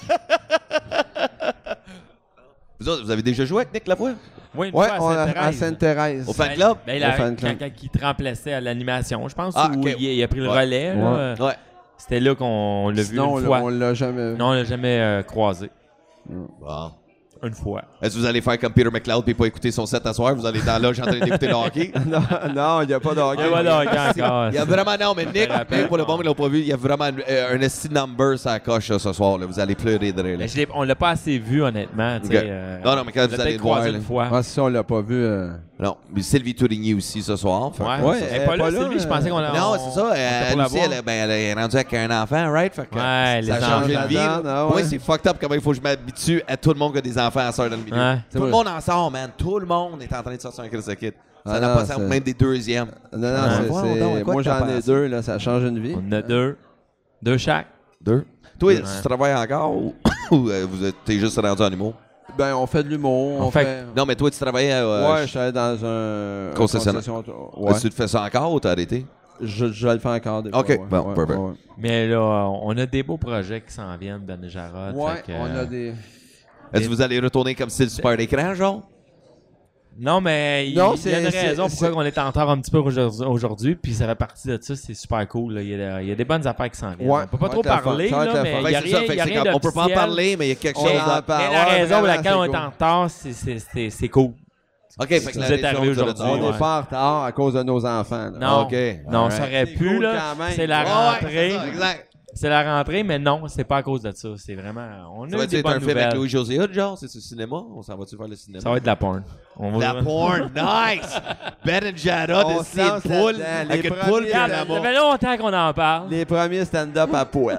mal. Vous autres, vous avez déjà joué avec Nick Lavoie? Oui, une Ouais, fois on à a- à Sainte-Thérèse. Sainte-Thérèse. Au fan club? Ben, Au la- fan quand, club. quand il te remplaçait à l'animation, je pense, Ah, où ok. il, il a pris le Ouais. relais. là. Ouais. Ouais. C'était là qu'on l'a vu Sinon, une on fois. l'a- on l'a jamais vu. Non, on l'a jamais euh, croisé. Bon. Une fois. Est-ce que vous allez faire comme Peter McLeod et pas écouter son set à soir? Vous allez dans la loge en train d'écouter le hockey? Non, non, il n'y a pas de hockey. Il y a pas de hockey encore. Il y a vraiment, non, mais Nick, rappelle. même pour le bon, ils l'ont pas vu, il y a vraiment euh, un esti number ça coche là, ce soir. Là. Vous allez pleurer de rire. là. Mais je l'ai- on l'a pas assez vu, honnêtement. tu sais, Ok. euh, Non, non, mais quand on vous l'a allez peut-être le voir, croisé là. une fois. Ah, si on l'a pas vu. euh, Non, mais Sylvie Tourigny aussi ce soir. Fait que- Ouais, Ouais, elle elle est est pas là, pas là, Sylvie, je euh, pensais qu'on a. Non, on- c'est ça. on était Elle, pour la aussi, voir. elle, est- ben, elle est rendue avec un enfant, right? Fait que, Ouais, les ça enfants. change une vie. Ah, là. ouais. Moi, c'est fucked up comment il faut que je m'habitue à tout le monde qui a des enfants à sœur dans le milieu. Ouais. Tout le monde en sort, man. Tout le monde est en train de sortir un Chris de kid. Ça Ah n'a non, pas de sens, c'est- même des deuxièmes. Non, non, Ouais. c'est- Voyons c'est- donc, à quoi moi que t'as j'en ai pensé? deux, là, ça change une vie. On en a deux. Deux chaque. Deux. Toi, Ouais. tu travailles encore ou, ou, euh, vous êtes t'es juste rendu en humour? Ben, on fait de l'humour. On On fait- fait. Non, mais toi, tu travaillais à. euh, Ouais, je suis allé dans un. Concessionnaire. concession- Est-ce Ouais. que tu te fais ça encore ou t'as arrêté? Je, je le fais encore des Ok, fois. ouais. bon, Ouais, perfect. ouais, Mais là, on a des beaux projets qui s'en viennent, Ben et Jarod. ouais. fait que, on euh, a des. Est-ce que vous allez retourner comme style super écran, genre? Non, mais il Non, il y a une c'est- raison c'est- pourquoi on est en retard un petit peu aujourd'hui- aujourd'hui, puis ça fait partie de ça, c'est super cool. là. Il, y a, il y a des bonnes affaires qui s'en viennent. Ouais, on peut pas ça trop va être la parler, fun, ça va là, être la mais fun. il y a Fait que c'est ça, rien, fait il y a que c'est rien comme- on peut pas en d'officiel. parler, mais il y a quelque On chose. Mais, en à- parle. mais la Ouais, raison pour vraiment, laquelle on c'est est cool. en retard, c'est- c'est- c'est c'est cool. Ok, fait que Vous la êtes raison, arrivé tu l'as aujourd'hui, dit. On n'est ouais. pas en retard à cause de nos enfants. là. Non, Ok, non, alright. ça aurait C'est pu, cool là. quand même. C'est la Ouais, ouais, rentrée. c'est ça, exact. C'est la rentrée, mais non, c'est pas à cause de ça. C'est vraiment. On Ça a va eu des être un bonnes film avec nouvelles. Louis José Hood, genre? C'est le cinéma? On s'en va-tu faire le cinéma? Ça va être de la porn. On va La porn, nice! Ben and Jarrod, On c'est une se lance poule, là-dedans. avec Les une premiers, poule qui a Regarde, la ça mort. fait longtemps qu'on en parle. Les premiers stand-up à poil.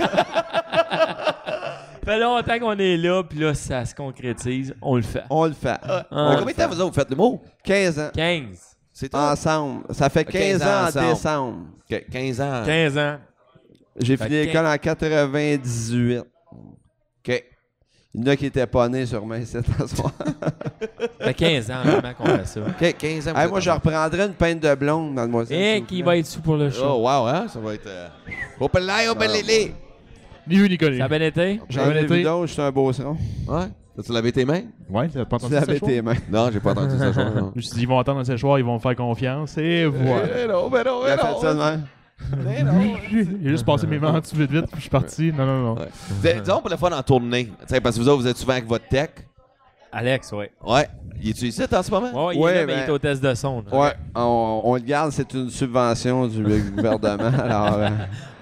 Ça fait longtemps qu'on est là, puis là, ça se concrétise. On le fait. On le fait. Ah, Mais on le combien de temps fait. vous autres, vous faites l'humour? quinze ans. quinze. C'est toi? Ensemble. Ça fait quinze, quinze ans ans en ensemble. décembre. Ok, quinze ans. quinze ans. J'ai Fait fini que l'école en quatre-vingt-dix-huit. Ok. Il y en a qui étaient pas nés sûrement ici ce soir. Ça fait quinze ans vraiment qu'on fait ça. Ok, quinze ans. vous Hey, êtes moi, je ensemble. reprendrais une pinte de blonde, mademoiselle. Et s'il vous qui plaît. va être sous pour le show. Oh, wow, hein? Ça va être. Euh... Open light, open Ah, lily! Ni vu ni connu. Ça a bien été? J'en ai été. vu d'autres, je suis un beau son. Ouais. As-tu lavé tes mains? Ouais, t'as pas Tu entendu ça, l'avais tes mains. Non, j'ai pas entendu ça. Je Je me suis dit, ils vont entendre un séchoir, ils vont me faire confiance, et voilà. non, ben non, Il a fait ça de même. J'ai juste passé mes mains en dessous vite vite, puis je suis parti. Non, non, non. Ouais. Dis- Disons pour le fun en tournée. Tu sais, parce que vous autres, vous êtes souvent avec votre tech. Alex, ouais. Ouais. Il est-tu ici en ce moment? Ouais, il Ouais, est là, mais ben- il est au test de son. là. Ouais, on, on le garde, c'est une subvention du gouvernement. Alors, euh,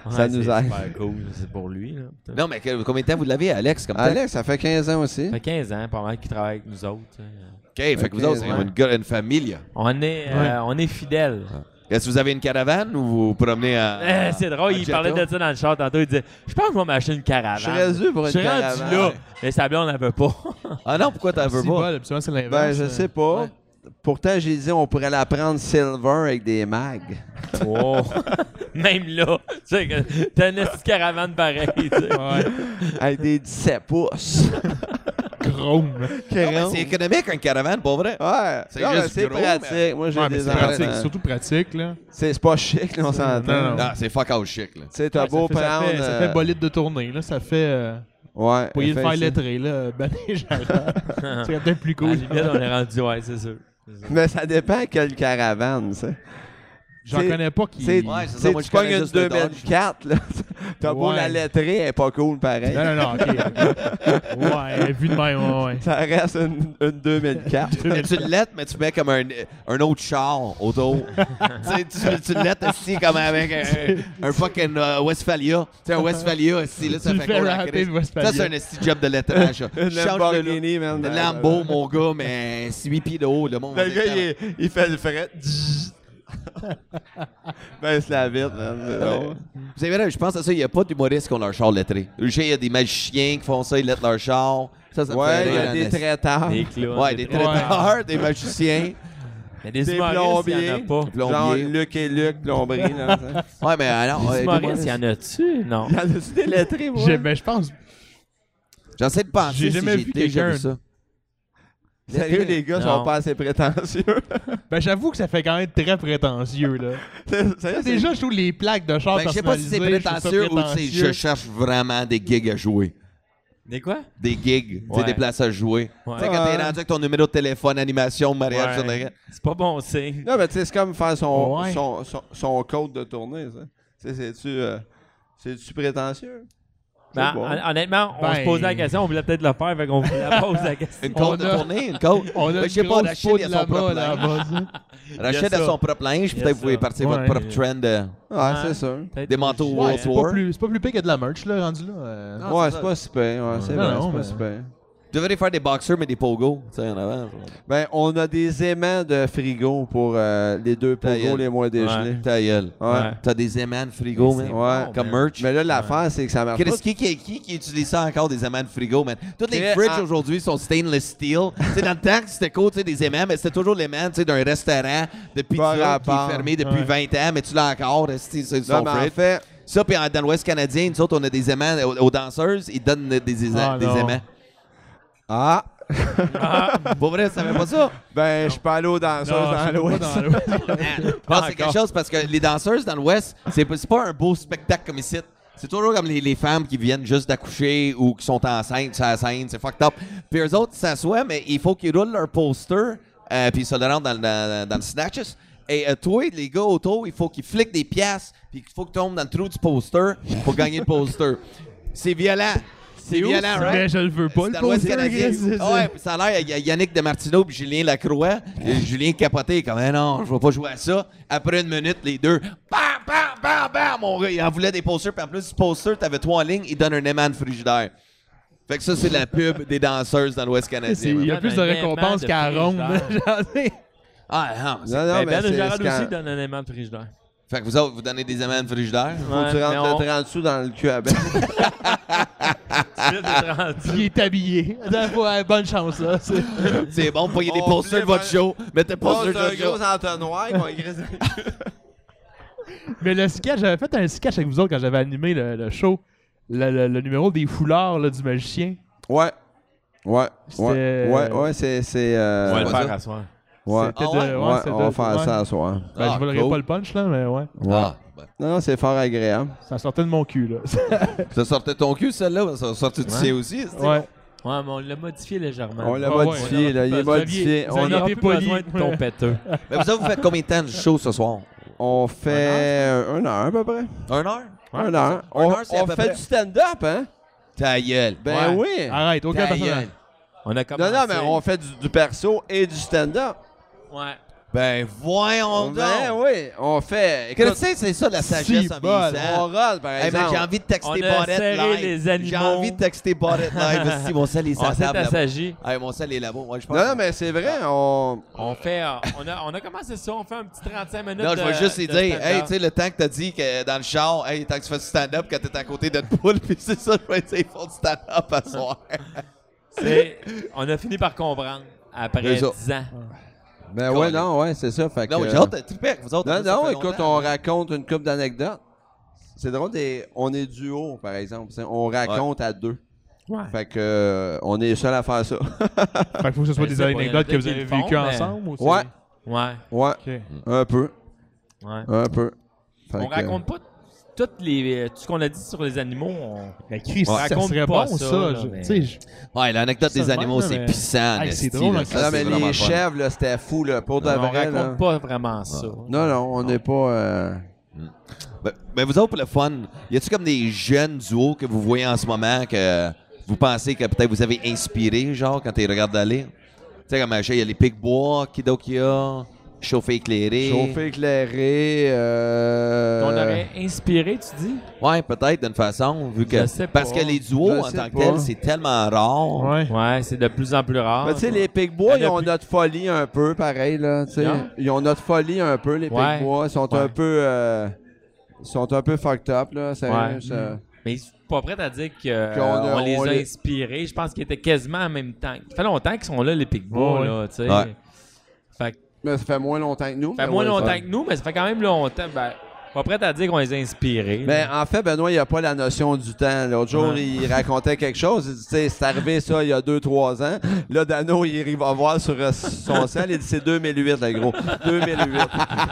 Ça Ouais, nous c'est aide. super cool, c'est pour lui. Là. Non, mais que- combien de temps vous l'avez, Alex? Comme Alex, ça fait quinze ans aussi. Ça fait quinze ans, pas mal, qu'il travaille avec nous autres. hein. OK, fait que vous Ok, autres, c'est ouais. comme une, go- une famille. On est, euh, on est fidèles. Est-ce que vous avez une caravane ou vous vous promenez à. Eh, c'est drôle, à il Jetta? parlait de ça dans le char tantôt. Il disait Je pense que je vais m'acheter une caravane. Je serais dû pour Je une suis rendu caravane. là. Ouais. Mais sa blonde n'en veut pas. Ah non, pourquoi t'en veux Si pas? bol, absolument, c'est l'inverse. Ben, je euh. sais pas. Ouais. Pourtant, j'ai dit on pourrait la prendre silver avec des mags. Wow. Même là, tu sais, que t'as une petite caravane pareille. tu sais. Ouais. Avec des dix-sept pouces. Chrome. Non, mais c'est économique, un caravane, pas vrai? Ouais, C'est Non, mais juste c'est gros, pratique. mais- Moi, j'ai Ouais, mais des c'est pratique. enfants. Surtout pratique, là. C'est c'est pas chic, là, on s'entend. Non, non. Non, c'est fuck out chic, là. Tu sais, t'as Ouais, beau ça fait, ça prendre. fait, ça euh, fait bolide de tournée, là. Ça fait. Euh, Ouais. pour y le faire effectivement. lettrer, là. Banner Gérard. C'est peut-être plus À cool. la limite, on est rendu, ouais, c'est sûr. C'est sûr. Mais ça dépend quelle caravane, tu sais. J'en C'est- connais pas qui. Tu sais, Ouais, c'est tu ça, sais, moi, tu je connais pognes une juste le deux mille quatre, là. T'as beau Ouais. la lettrer, elle est pas cool pareil. Non, non, non, ok. ok. Ouais, vu de même, ouais, ouais. Ça reste une, une deux mille quatre. Mais tu le lettres, mais tu mets comme un, un autre char autour. tu sais, tu, tu le lettres aussi comme avec un, un fucking euh, Westphalia. Tu sais, un Westphalia aussi, là, ça Tu le fait fais cool à rapper Christ. de Westphalia. Ça, c'est un esti job de lettrage. ça. Une Change Lamborghini, le, man. le Lambo, mon gars, mais huit pieds de haut, le monde. Le gars, il, est- il fait le fret. Ben, c'est la vite, man. C'est drôle. Vous savez, là, je pense à ça, il n'y a pas d'humoristes qui ont leur char lettré. Je sais, il y a des magiciens qui font ça, ils lettrent leur char. Ça, ça me Ouais, fait il y rire, a des en traiteurs. Des clowns. Ouais, des des traiteurs, des magiciens. Mais des des humoristes, il y en a plombiers. pas. Genre Plombiers. Luc et Luc, plomberie, là. ça. Ouais, mais alors. Des ouais, humoristes, il y en a-tu? Non. Il y en a-tu des lettrés, moi? J'ai- Ben, je pense. J'essaie de penser. J'ai si jamais vu déjà quelqu'un- vu ça. Sérieux, les gars Non. sont pas assez prétentieux. Ben, j'avoue que ça fait quand même très prétentieux, là. Sérieux, c'est- Déjà, je trouve les plaques de char Ben, je sais pas si c'est personnalisées, je trouve ça prétentieux ou c'est prétentieux. je cherche vraiment des gigs à jouer. Des quoi? Des gigs, tu sais, Ouais. des places à jouer. Ouais. Tu sais, quand t'es Ouais. rendu avec ton numéro de téléphone, animation, mariage, Ouais. sur le- C'est pas bon signe. Non, mais tu sais, c'est comme faire son, Ouais. son, son, son code de tournée, ça. Tu sais, c'est-tu euh, c'est-tu prétentieux? Ben, C'est bon. hon- honnêtement, on Ben- se posait la question, on voulait peut-être le faire, fait qu'on vous la pose la question. Une côte On de a- tournée, une côte. On a Ben, une je sais pas, grosse Rachel, poudre il a son propre là-bas, linge. là-bas, ça. Rachel Il y a a ça. son propre linge, Il y a peut-être vous pouvez ça. partir Ouais. votre propre trend de... Ouais, Ouais. c'est sûr. Peut-être Des manteaux que- World Ouais, c'est Tour. pas plus, c'est pas plus pire que de la merch, là, rendu là. euh. Non, ouais, c'est c'est ça. pas si pire. Ouais, c'est Non, vrai, non, c'est pas mais- si pire. Vous devriez faire des boxers, mais des pogos, tu sais, en avant. Ben, on a des aimants de frigo pour euh, les deux Ta pogos gueule. les mois dégelés. Ta gueule. Ouais. Ouais. T'as des aimants de frigo, man. C'est Ouais. bon, Comme man. merch. Mais là, l'affaire, c'est que ça marche pas. Qu'est-ce qui, qui, qui, qui utilise ça encore, des aimants de frigo, man? Toutes les Très- fridges ah. aujourd'hui sont stainless steel. tu sais, dans le temps, c'était cool, tu sais, des aimants, mais c'était toujours l'aimant, tu sais, d'un restaurant de pizza Pas qui rapport. est fermé depuis Ouais. vingt ans, mais tu l'as encore, c'est c'est Non, son mais en fridge. fait, Ça, puis en- dans l'Ouest canadien, nous autres, on a des aimants aux, aux danseuses, ils donnent des, des, Ah, des non. aimants. ah, Pour vrai, tu savais pas ça? ben, je suis pas allé aux danseuses Non, dans je sais pas l'Ouest. dans l'Ouest. Man, je pense que c'est quelque chose parce que les danseuses dans l'Ouest, c'est pas, c'est pas un beau spectacle comme ici. C'est toujours comme les, les femmes qui viennent juste d'accoucher ou qui sont enceintes sur la scène, c'est fucked up. Puis eux autres, ils s'assoient, mais il faut qu'ils roulent leur poster, euh, puis ils se le rendent dans, le- dans, dans le snatches. Et euh, toi, les gars autour, il faut qu'ils fliquent des pièces, puis il faut qu'ils tombent dans le trou du poster pour gagner le poster. C'est violent. C'est où, violent, ça? right? Mais je le veux pas, C'est le dans l'Ouest poster, canadien. Chris, c'est Ah ça. ouais, puis ça a l'air, il y a Yannick Demartino puis Julien Lacroix. Et Julien capoté, comme, eh non, je vais pas jouer à ça. Après une minute, les deux, bam, bam, bam, bam, mon gars, il en voulait des posters. Puis en plus du poster, t'avais trois en ligne, il donne un aimant de frigidaire. Fait que ça, c'est la pub des danseuses dans l'Ouest C'est- canadien. Il y man. a plus de Un aimant récompenses de qu'à Rome. frigidaire. Genre, c'est- Ah non, c'est- Non, non, Ben, mais Ben c'est Gérard c'est quand- aussi donne un aimant de frigidaire. Fait que vous autres, vous donnez des aimants de frigidaire. Faut que tu Ouais, rentres mais on- de trente sous dans le cul à Ben. Il est habillé. Ouais, bonne chance, là. c'est- C'est bon, pour y des On posters de voulait votre faire- show. Mettez Pose posters de un votre show. gros entonnoir, ils vont écrire dans le cul. Mais le sketch, j'avais fait un sketch avec vous autres quand j'avais animé le, le show. Le, le- le numéro des foulards là, du magicien. Ouais. Ouais. C'était- Ouais, ouais, ouais, c'est. c'est, euh, On va le ça. faire à soir. Ouais. C'était Ah ouais? de- Ouais, c'était on va de- faire ouais. ça à soir. Ben, Ah, je volerai cool. pas le punch, là, mais ouais. Ouais. Ah, ben. Non, non, c'est fort agréable. Ça sortait de mon cul, là. Ça sortait de ton cul, celle-là? Ça sortait du Ouais. sien aussi? c'est-tu? ouais. Ouais, mais on l'a modifié légèrement. On l'a Ouais, modifié, ouais, là. Il est vous aviez- modifié. vous On, aviez a- On été plus poli. besoin de ton péteux. Mais vous autres, vous faites combien de temps de show ce soir? on fait un heure à peu près. Un heure? Un heure. Un On, heure, c'est à on peu fait près. du stand-up, hein? Ta gueule. Ben Ouais. oui. Arrête, aucun Ta personnage. gueule. On a Non, commencé. non, mais on fait du, du perso et du stand-up. Ouais. Ben, voyons donc! Ben oui, on fait. Que tu Écoute, sais, c'est ça la sagesse Si en bol. vieillissant. on rôle, par Hey, man, exemple. j'ai envie de texter On a Barrette serré live. les animaux. J'ai envie de texter Barrette live. Si mon sel est On sa s'est table là-bas. assagi. Hey, mon sel est là-bas. Ouais, je pense. Non, non, mais c'est vrai, on. On fait, euh, on, a, on a commencé ça, on fait un petit trente-cinq minutes. Non, je vais de- juste lui de dire, stand-up. hey, tu sais, le temps que t'as dit que dans le char, hey, tant que tu fais du stand-up, quand t'es à côté de poule, puis c'est ça, je vais dire, ils font du stand-up à soir. C'est- on a fini par comprendre après C'est ça. dix ans. Ben ouais, non, ouais, c'est ça. Fait que, Non, j'ai hâte de triper avec vous autres. Non, ça non, fait écoute, longtemps. on raconte une couple d'anecdotes. C'est drôle, des... on est duo, par exemple. C'est- On raconte à deux. Ouais. Fait que euh, on est seul à faire ça. Fait qu'il faut que ce soit Ben, des c'est pas- il y en a anecdotes que peut-être vous avez qui le font, vécues mais- ensemble ou c'est- Ouais, Ouais, ouais, Ok. un peu, ouais. un peu. Fait On que- raconte pas toutes les, tout ce qu'on a dit sur les animaux. On... Ben, Chris, On ça raconte serait pas bon, ça, ça. là, je- mais- tu sais, je- Ouais, l'anecdote Ça des de animaux, même, c'est mais- puissant. Hey, c'est esti, drôle, là. hein, Ça, Ah non, c'est mais vraiment les le fun. chèvres, là, c'était fou, là, pour de on vrai. raconte là. pas vraiment ça. Non, non, on n'est pas. euh, Ben, ben, vous autres, pour le fun, y a-tu comme des jeunes duos que vous voyez en ce moment que vous pensez que peut-être vous avez inspiré, genre, quand tu les regardes aller? Tu sais, comme il y a les Picbois, Kidokia, Chauffé éclairé. Chauffé éclairé. Euh... On aurait inspiré, tu dis? Ouais, peut-être d'une façon, vu que. Je sais Parce pas. que les duos, Je en sais tant que pas. tels, c'est tellement rare. Ouais. Ouais, c'est de plus en plus rare. Mais tu sais, les Picbois, Il y ils en a ont plus. notre folie un peu, pareil, là. tu sais. Non? Ils ont notre folie un peu, les Ouais. Picbois. Ils sont Ouais. un peu. euh, Ils sont un peu fucked up, là. Sérieux, Ouais. ça- Mais je suis pas prêt à dire qu'on Qu'on a- les on a les- inspirés. Je pense qu'ils étaient quasiment en même temps. Ça fait longtemps qu'ils sont là, les Picbois, Ouais. là, tu sais. Ouais. Fait que Mais ça fait moins longtemps que nous. ça fait mais moins ouais, longtemps ça- que nous, mais ça fait quand même longtemps. Ben, pas prêt à dire qu'on les a inspirés. Ben, là. en fait, Benoît, il n'a pas la notion du temps. L'autre jour, Ouais. il racontait quelque chose. Il dit, tu sais, c'est arrivé ça il y a deux trois ans. Là, Dano, il, il va voir sur euh, son sel. Il dit, c'est deux mille huit, là, gros. deux mille huit.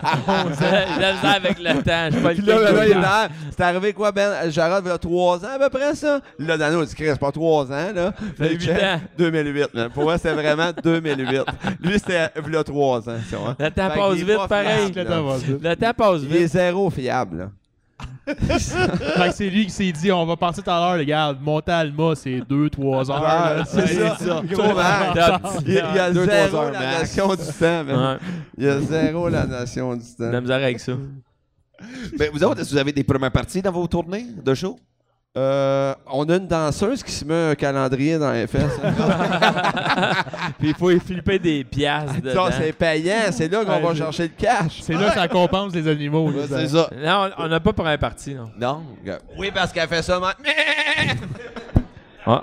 J'aime ça avec le temps. Je suis pas Puis le là, temps Benoît, de il est le temps. dans- c'est arrivé quoi, Ben? Jarod, il y a trois ans à peu près, ça? Là, Dano, il dit, Chris, c'est pas trois ans, là. fait Il huit check, ans. deux mille huit, là. Pour moi, c'était vraiment deux mille huit. Lui, c'était il y a trois ans, tu vois. Le temps Fait passe qu'il est vite, pas pareil. fiable, Le là. temps va vite. Le temps passe Il est vite. zéro fiable, là. Fait que c'est lui qui s'est dit, on va partir tout à l'heure, les gars, monter à Alma, c'est deux trois heures. Ah, là. c'est Ouais, ça. Gros Top. max. Top. Il y a, il y a Deux, trois zéro heures la max. notion du temps, man. Ouais. Il y a zéro la notion du De la temps. misère avec ça. Ben, vous autres, est-ce que vous avez des premières parties dans vos tournées de show? Euh, on a une danseuse qui se met un calendrier dans les fesses. Puis il faut y flipper des piastres Ça, dedans. c'est payant. C'est là qu'on Ouais, va c'est- chercher le cash. C'est là que ça compense les animaux. là. Ouais, c'est ça. Non, on n'a pas pour un parti, non. Non? Ok. Oui, parce qu'elle fait ça. mais- Ah.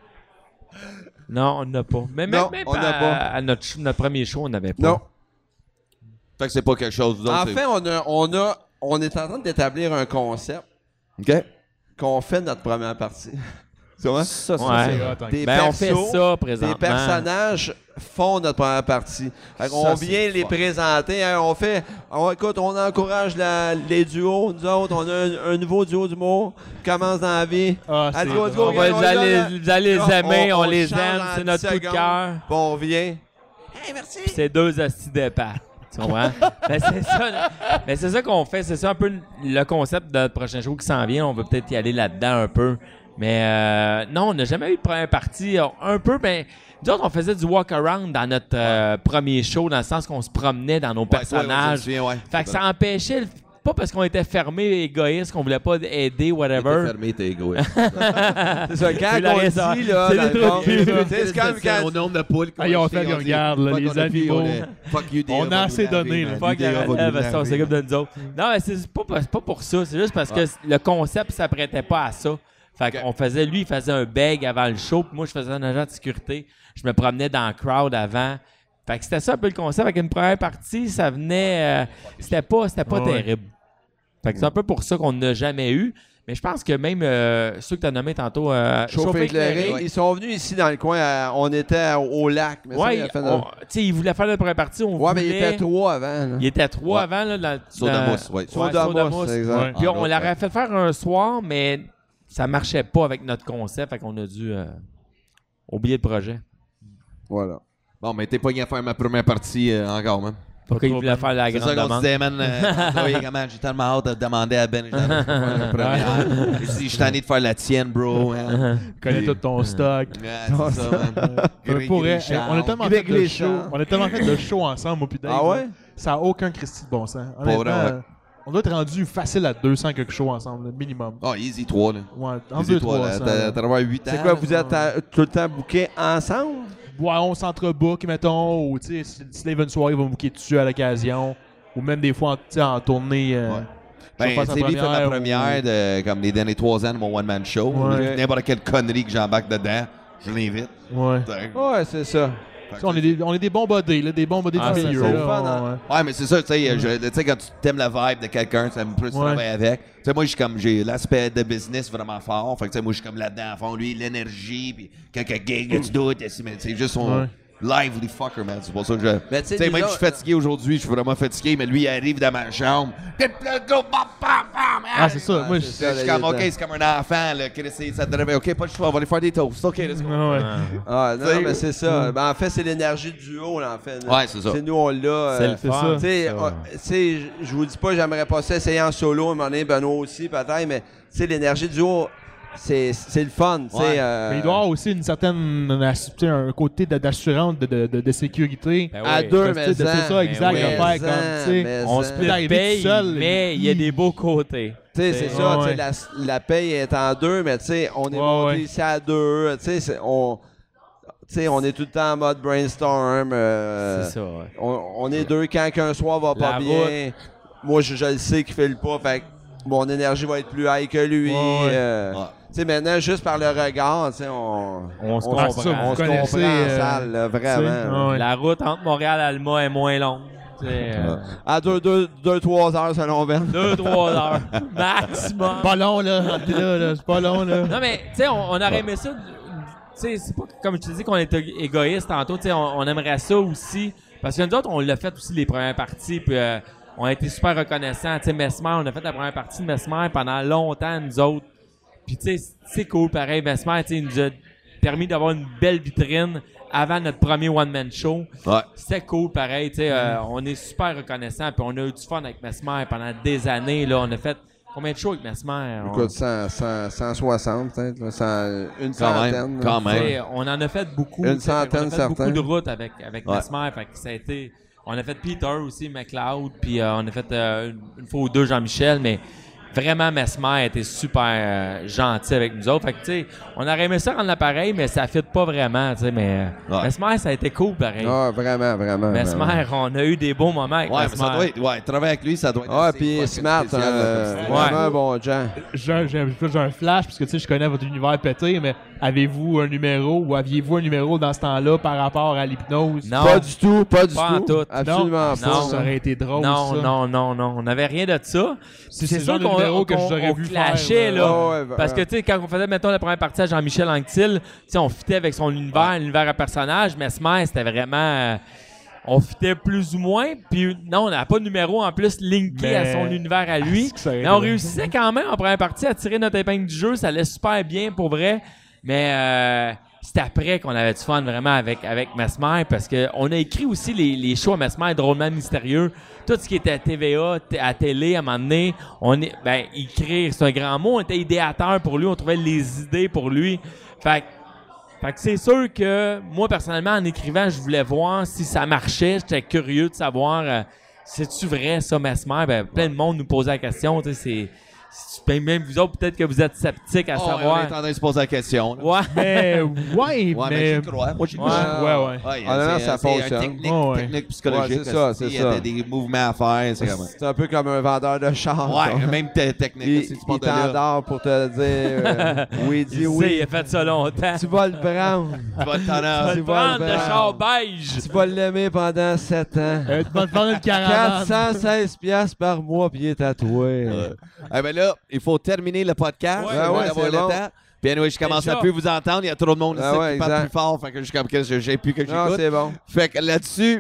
Non, on n'a pas. Mais même, Non, même on à, n'a pas. à notre, ch- notre premier show, on n'avait pas. Non. Fait que c'est pas quelque chose, vous autres. En c'est- fait, on, a, on, a, on est en train d'établir un concept OK. qu'on fait de notre première partie. Tu vois? Ça, ça, Ouais. c'est- C'est hot, hein. Des Ben, on fait persos, ça présentement. Les personnages font notre première partie. Fait qu'on Ça, c'est vient les fun. présenter. Hein, on fait. On, écoute, on encourage la- les duos. Nous autres, on a un, un nouveau duo d'humour qui commence dans la vie. Ah, Allez, c'est go, drôle. go, On va, on vous, y allez, va, vous allez les on- aimer, on, on les change aime, en c'est notre dix coup de secondes. cœur. Puis on vient. Puis c'est deux hosties de pattes. Tu comprends? Ben, c'est ça, ben, c'est ça qu'on fait. C'est ça un peu le concept de notre prochain show qui s'en vient. On veut peut-être y aller là-dedans un peu. Mais euh, non, on n'a jamais eu de première partie. Un peu, ben, nous autres, on faisait du walk-around dans notre euh, premier show, dans le sens qu'on se promenait dans nos Ouais, ouais, ouais, personnages. je me souviens, ouais. Fait que ça empêchait, le- pas parce qu'on était fermés, égoïstes, qu'on voulait pas aider, T'es whatever. fermé, t'es égoïste. C'est ça, quand C'est la on raison. dit, là, C'est dans des le trous fond, de cul, ça. tu sais, c'est comme quand. Au nombre de poules qu'on Ah, ils ont a fait acheté, comme, on dit, regarde, là, fuck, les on a fait, animaux. on est- Fuck you, D A On a va nous assez laver, donné, man. là. Fuck D A la va nous relève, ça, on laver, s'occupe man. de nous autres. Non, mais c'est pas, c'est pas pour ça. C'est juste parce que le concept ne s'apprêtait pas à ça. Fait qu'on faisait, lui, il faisait un beg avant le show, puis moi, je faisais un agent de sécurité. Je me promenais dans le crowd avant. Fait que c'était ça un peu le concept. Avec une première partie, ça venait. euh, c'était pas, c'était pas Ouais. terrible. Fait que c'est un peu pour ça qu'on n'a jamais eu. Mais je pense que même euh, ceux que tu as nommés tantôt, euh, Chauffé éclairé. Ils sont venus ici dans le coin. à- on était au, au lac. Mais ça, Ouais, il a fait on- notre- tu sais, ils voulaient faire la première partie. On Ouais, mais il voulait- était trois avant. là. Il était trois Ouais. avant. Là, dans, Soda dans- mousse, ouais. Ouais, Soda Soda mousse, mousse. c'est exact. Ouais. Puis En on gros, l'aurait ouais. fait faire un soir, mais ça marchait pas avec notre concept. Fait qu'on a dû euh, oublier le projet. Voilà. Bon, mais t'es pas gagné à faire ma première partie euh, encore, man. Pourquoi il voulait faire la C'est grande ça qu'on demande? disait, man. euh, oui, comment, j'ai tellement hâte de demander à Ben. La première. Je dis, je suis tanné de faire la tienne, bro. hein. connais tout ton stock. Ouais, c'est ça, man. Mais pour vrai, Greg on a tellement fait Greg de Richard. show, on a tellement fait de show ensemble, moi pis Dave. Ah ouais? Ça n'a aucun Christy de bon sens. Honnêtement, vrai, ouais. euh, on doit être rendu facile à deux cents quelque chose ensemble, le minimum. Oh, easy trois, là. Ouais, en Easy deux, trois, trois là. cents. T'as là. t'as d'avoir huit ans. C'est quoi, là. vous êtes à- tout le temps bookés ensemble? Ouais, on s'entrebook, mettons, ou tu sais, si si Dave a une soirée, il va me booker dessus à l'occasion. Ou même des fois, en, tu sais, en tournée. Euh, Ouais. je vais Ben, faire tu sa sais, lui, il fait ma ou- première de, comme les derniers trois ans de mon one-man show. Ouais. N'importe quelle connerie que j'embarque dedans, je l'invite. Ouais. Fait Ouais, c'est ça. Tu sais, on, est des, on est des bons buddies, là, des bons buddies Ah, du c'est milieu. ça. là, C'est fun, hein? ouais, ouais. Ouais, mais c'est ça, tu sais, je- tu sais, quand tu t'aimes la vibe de quelqu'un, ça me plus Ouais. travailler avec. Tu sais, moi, je suis comme, j'ai l'aspect de business vraiment fort. Fait que, tu sais, moi, je suis comme là-dedans à fond. Lui, l'énergie, puis quelques gigs, tu doutes, mais c'est juste son Ouais. lively fucker, man. C'est pour ça que je. Mais tu sais, Tu sais, nous même si je autres- suis fatigué aujourd'hui, je suis vraiment fatigué, mais lui, il arrive dans ma chambre. Get le go, bam, bam, bam. Ah, c'est ça. Moi, je- c'est Je suis comme, OK, c'est comme un enfant, là. que c'est- Ça te réveille. OK, pas de choix, on va aller faire des toasts. OK, let's go. Ah ouais. Ah, non, T'sais, mais c'est ça. Ben, en fait, c'est l'énergie du duo, là, en fait. Ouais, c'est ça. C'est nous, on l'a. euh, C'est le c'est fun. ça. Tu sais, ça. on- tu sais, je- je vous dis pas, j'aimerais pas ça essayer en solo, à un moment donné, Benoît aussi, peut-être, mais tu sais, l'énergie du duo, c'est c'est le fun, tu sais. Ouais. euh, Mais il doit y avoir aussi une certaine assu- tu sais, un côté de- d'assurance, de, de, de, de sécurité. Ben à oui. deux, De- mais de- C'est ça, exact, oui. de faire mais comme, tu sais. mais On en- se peut arriver paye, tout seul. mais il y a des beaux côtés. Tu sais, c'est C'est- ça, ouais. tu sais, la, la paye est en deux, mais tu sais, on est Ouais, monté ouais. ici à deux, tu sais, c'est- on, tu sais, on est tout le temps en mode brainstorm. euh, C'est ça, ouais. on, on est deux quand qu'un soir va pas La bien. Moi, je, je le sais qu'il fait le pas, fait que mon énergie va être plus high que lui. Ouais, ouais. euh, Ouais. Tu sais, maintenant, juste par le regard, tu sais, on, On se on, comprend. se- ça, vous on se connaissez, comprend en euh, salle, là, tu sais. vraiment. Ah ouais. La route entre Montréal et Alma est moins longue. Tu sais, euh, À deux, deux, deux, trois heures selon Ben. Deux, trois heures. Maximum. Pas long, là. T'es là, là, c'est pas long, là. Non, mais, tu sais, on, on aurait aimé ça. Tu sais, c'est pas comme je te dis qu'on est égoïste tantôt. Tu sais, on, on aimerait ça aussi. Parce que nous autres, on l'a fait aussi les premières parties. Puis, euh, on a été super reconnaissants. Tu sais, Mesmer, on a fait la première partie de Mesmer pendant longtemps, nous autres. Puis, tu sais, c'est cool, pareil. Mesmer, tu sais, il nous a permis d'avoir une belle vitrine avant notre premier one-man show. Ouais. C'était cool, pareil. Tu sais, euh, on est super reconnaissants. Puis, on a eu du fun avec Mesmer pendant des années. Là, on a fait combien de shows avec Mesmer? On- Écoute, cent, cent, cent soixante, peut-être, là, cent- une Quand même, centaine. là. quand Tu même. sais, on en a fait beaucoup. Une tu sais, on a centaine, fait certains. beaucoup de routes avec, avec Ouais. Mesmer. Fait que ça a été... On a fait Peter aussi, McLeod, puis euh, on a fait euh, une, une fois ou deux Jean-Michel, mais vraiment Mesmer était super euh, gentil avec nous autres. Fait que, tu sais, on aurait aimé ça rendre l'appareil, mais ça ne fit pas vraiment, tu sais, mais euh, Ouais. Mesmer, ça a été cool, pareil. Ah, vraiment, vraiment. vraiment. Mesmer, on a eu des beaux moments avec Ouais, mais Mesmer. ça doit être. Ouais, travailler avec lui, ça doit être. Ah, assez puis fucking smart, spécial, hein, là, euh, comme Ouais. vraiment un bon Jean. J'ai un- j'ai un j'ai un flash, parce que tu sais, je connais votre univers pété, mais avez-vous un numéro ou aviez-vous un numéro dans ce temps-là par rapport à l'hypnose? Non. Pas du tout, pas du Pas en tout. tout. Absolument Non. pas. Non. Ça aurait été drôle, Non, ça. non, non, non. On n'avait rien de ça. C'est C'est ce sûr genre de qu'on numéro que qu'on- j'aurais on vu clashait, faire, là. Ouais, ouais, Parce que, ouais. tu sais, quand on faisait, mettons, la première partie à Jean-Michel Anctil, tu sais, on fitait avec son univers, l'univers à personnage. Mesmer, c'était vraiment... euh, on fitait plus ou moins. Puis, non, on n'avait pas de numéro en plus linké Mais- à son univers à lui. Est-ce que ça aurait Mais été on drôle? réussissait quand même, en première partie, à tirer notre épingle du jeu. Ça allait super bien, pour vrai. Mais... euh, c'est après qu'on avait du fun vraiment avec, avec Mesmer parce qu'on a écrit aussi les, les shows à Mesmer drôlement mystérieux. Tout ce qui était à T V A, t- à télé, à un moment donné, on est, ben, écrire, c'est un grand mot. On était idéateur pour lui, on trouvait les idées pour lui. Fait, que- fait que c'est sûr que moi, personnellement, en écrivant, je voulais voir si ça marchait. J'étais curieux de savoir, euh, c'est-tu vrai ça, Mesmer? Ben, plein de monde nous posait la question, tu sais, c'est... c'est- ben, même vous autres, peut-être que vous êtes sceptiques à Oh, savoir. On est en train de se poser la question. là. Ouais. Mais, ouais, Ouais, mais mais... j'y crois. Moi, j'y Ouais. crois. Ouais, ouais. Ouais, Ah, non, non, c'est- ça c'est un fonctionne. Technique, Ouais, ouais. technique psychologique. Ouais, c'est ça, c'est Il y ça. a des, des mouvements à faire. C'est comme... C'est un peu comme un vendeur de char. Ouais, quoi. même te- technique. Il, si tu il pars de là, t'endort pour te dire euh, oui, Il dis sait, oui. il a fait ça longtemps. Tu vas le prendre. tu vas te Tu t'en vas aller. le tu vas prendre, le le prendre. char beige. Tu vas l'aimer pendant sept ans. Euh, tu vas te prendre une quatre caravane. cent seize piastres par mois, puis il est tatoué. Eh ben là, il faut terminer le podcast. Ouais, on va ouais, avoir c'est le bon. temps. Puis anyway, je commence Déjà. à plus vous entendre. Il y a trop de monde ici Ah ouais, qui parle exact. plus fort. Fait que je suis comme que j'ai plus que Non, j'écoute. c'est bon. Fait que là-dessus,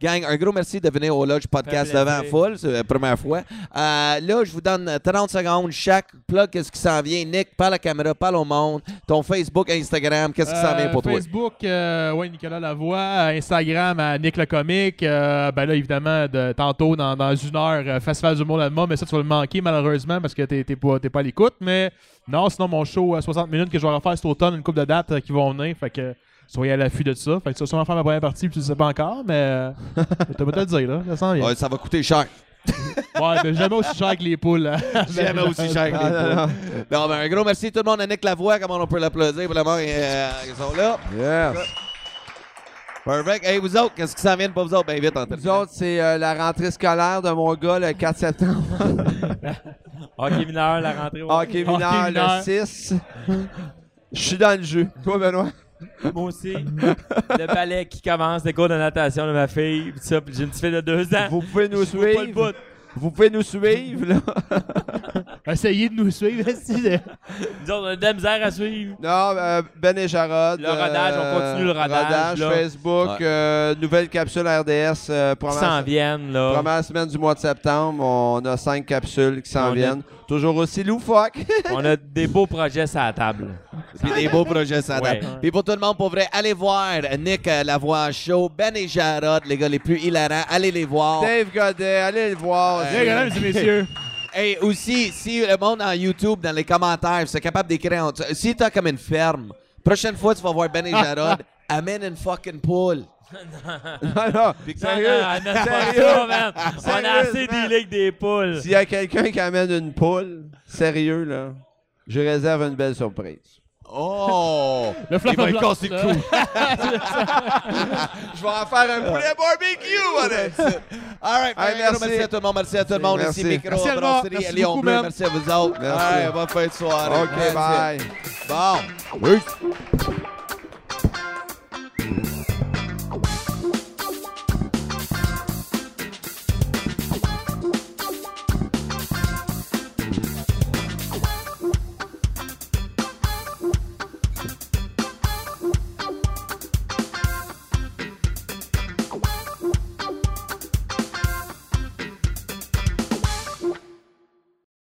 Gang, un gros merci de venir au Lodge Podcast Ça fait devant plaisir. full, c'est la première fois. Euh, là, je vous donne trente secondes chaque. Plug, qu'est-ce qui s'en vient. Nick, parle à la caméra, parle au monde. Ton Facebook, Instagram, qu'est-ce qui s'en vient pour toi? Facebook, euh, ouais, Nicolas Lavoie. Instagram, à Nick le Comique. Euh, ben là, évidemment, de, tantôt, dans, dans une heure, euh, Festival du Monde Allemand, mais ça, tu vas le manquer, malheureusement, parce que t'es, t'es, pas, t'es pas à l'écoute. Mais non, sinon, mon show à soixante minutes que je vais refaire cet automne, une couple de dates euh, qui vont venir. Fait que soyez à l'affût de ça. Fait que tu vas sûrement faire ma première partie, puis tu le sais pas encore, mais euh, t'as pas te le dire, là. Ça sent bien. Ouais, ça va coûter cher. Ouais, mais jamais aussi cher que les poules. Hein. Jamais aussi cher que les poules. Non, ben, un gros merci tout le monde à Nick Lavoie, comment on peut l'applaudir pour le monde euh, ils sont là. Yes. Perfect. Hey, vous autres, qu'est-ce qui s'en vient de pas vous autres? Ben vite, en Nous autres, c'est euh, la rentrée scolaire de mon gars le quatre septembre. Hockey mineur, la rentrée. au- Hockey mineur mineur. le six. Je suis dans le jeu. Toi, Benoît? Moi aussi. Le ballet qui commence, les cours de natation de ma fille. Pis ça, pis j'ai une petite fille de deux ans. Vous pouvez nous Je vois pas le suivre. bout. Vous pouvez nous suivre, là. Essayez de nous suivre. si- Nous autres, on a de la misère à suivre. Non, euh, Ben et Jarod. Le rodage, on continue le rodage, là. Facebook, Ouais. euh, nouvelle capsule R D S. Euh, Qui première, s'en viennent, là. première semaine du mois de septembre. On a cinq capsules qui s'en On a- viennent. Toujours aussi loufoque. On a des beaux projets sur la table. Puis des beaux projets, ça Ouais. date. Puis pour tout le monde, pour vrai, allez voir Nick euh, Lavoie Show, Ben et Jarod, les gars les plus hilarants. Allez les voir. Dave Godet, allez le voir. Bien, mesdames et messieurs. Et aussi, si le monde en YouTube, dans les commentaires, c'est capable d'écrire. en- Si t'as comme une ferme, prochaine fois, tu vas voir Ben et Jarod, amène une fucking poule. Non, non. Sérieux? Non, non, amène pas Sérieux? ça, man. On a assez Sérieusement? dealé avec des poules. S'il y a quelqu'un qui amène une poule, sérieux, là, je réserve une belle surprise. Oh! Le flop Il va of être luck, cassé le là. cou. Je vais en faire un poulet barbecue, All right, Hey, un merci. gros merci à tout le monde. Merci à tout le monde. Merci. Ici, Micro, Merci, Alma. Brasserie Merci Lyon beaucoup, Bleu. man. Merci à vous autres. Merci. All right, bonne fin de soirée. OK, Merci. bye. Bon. Peace.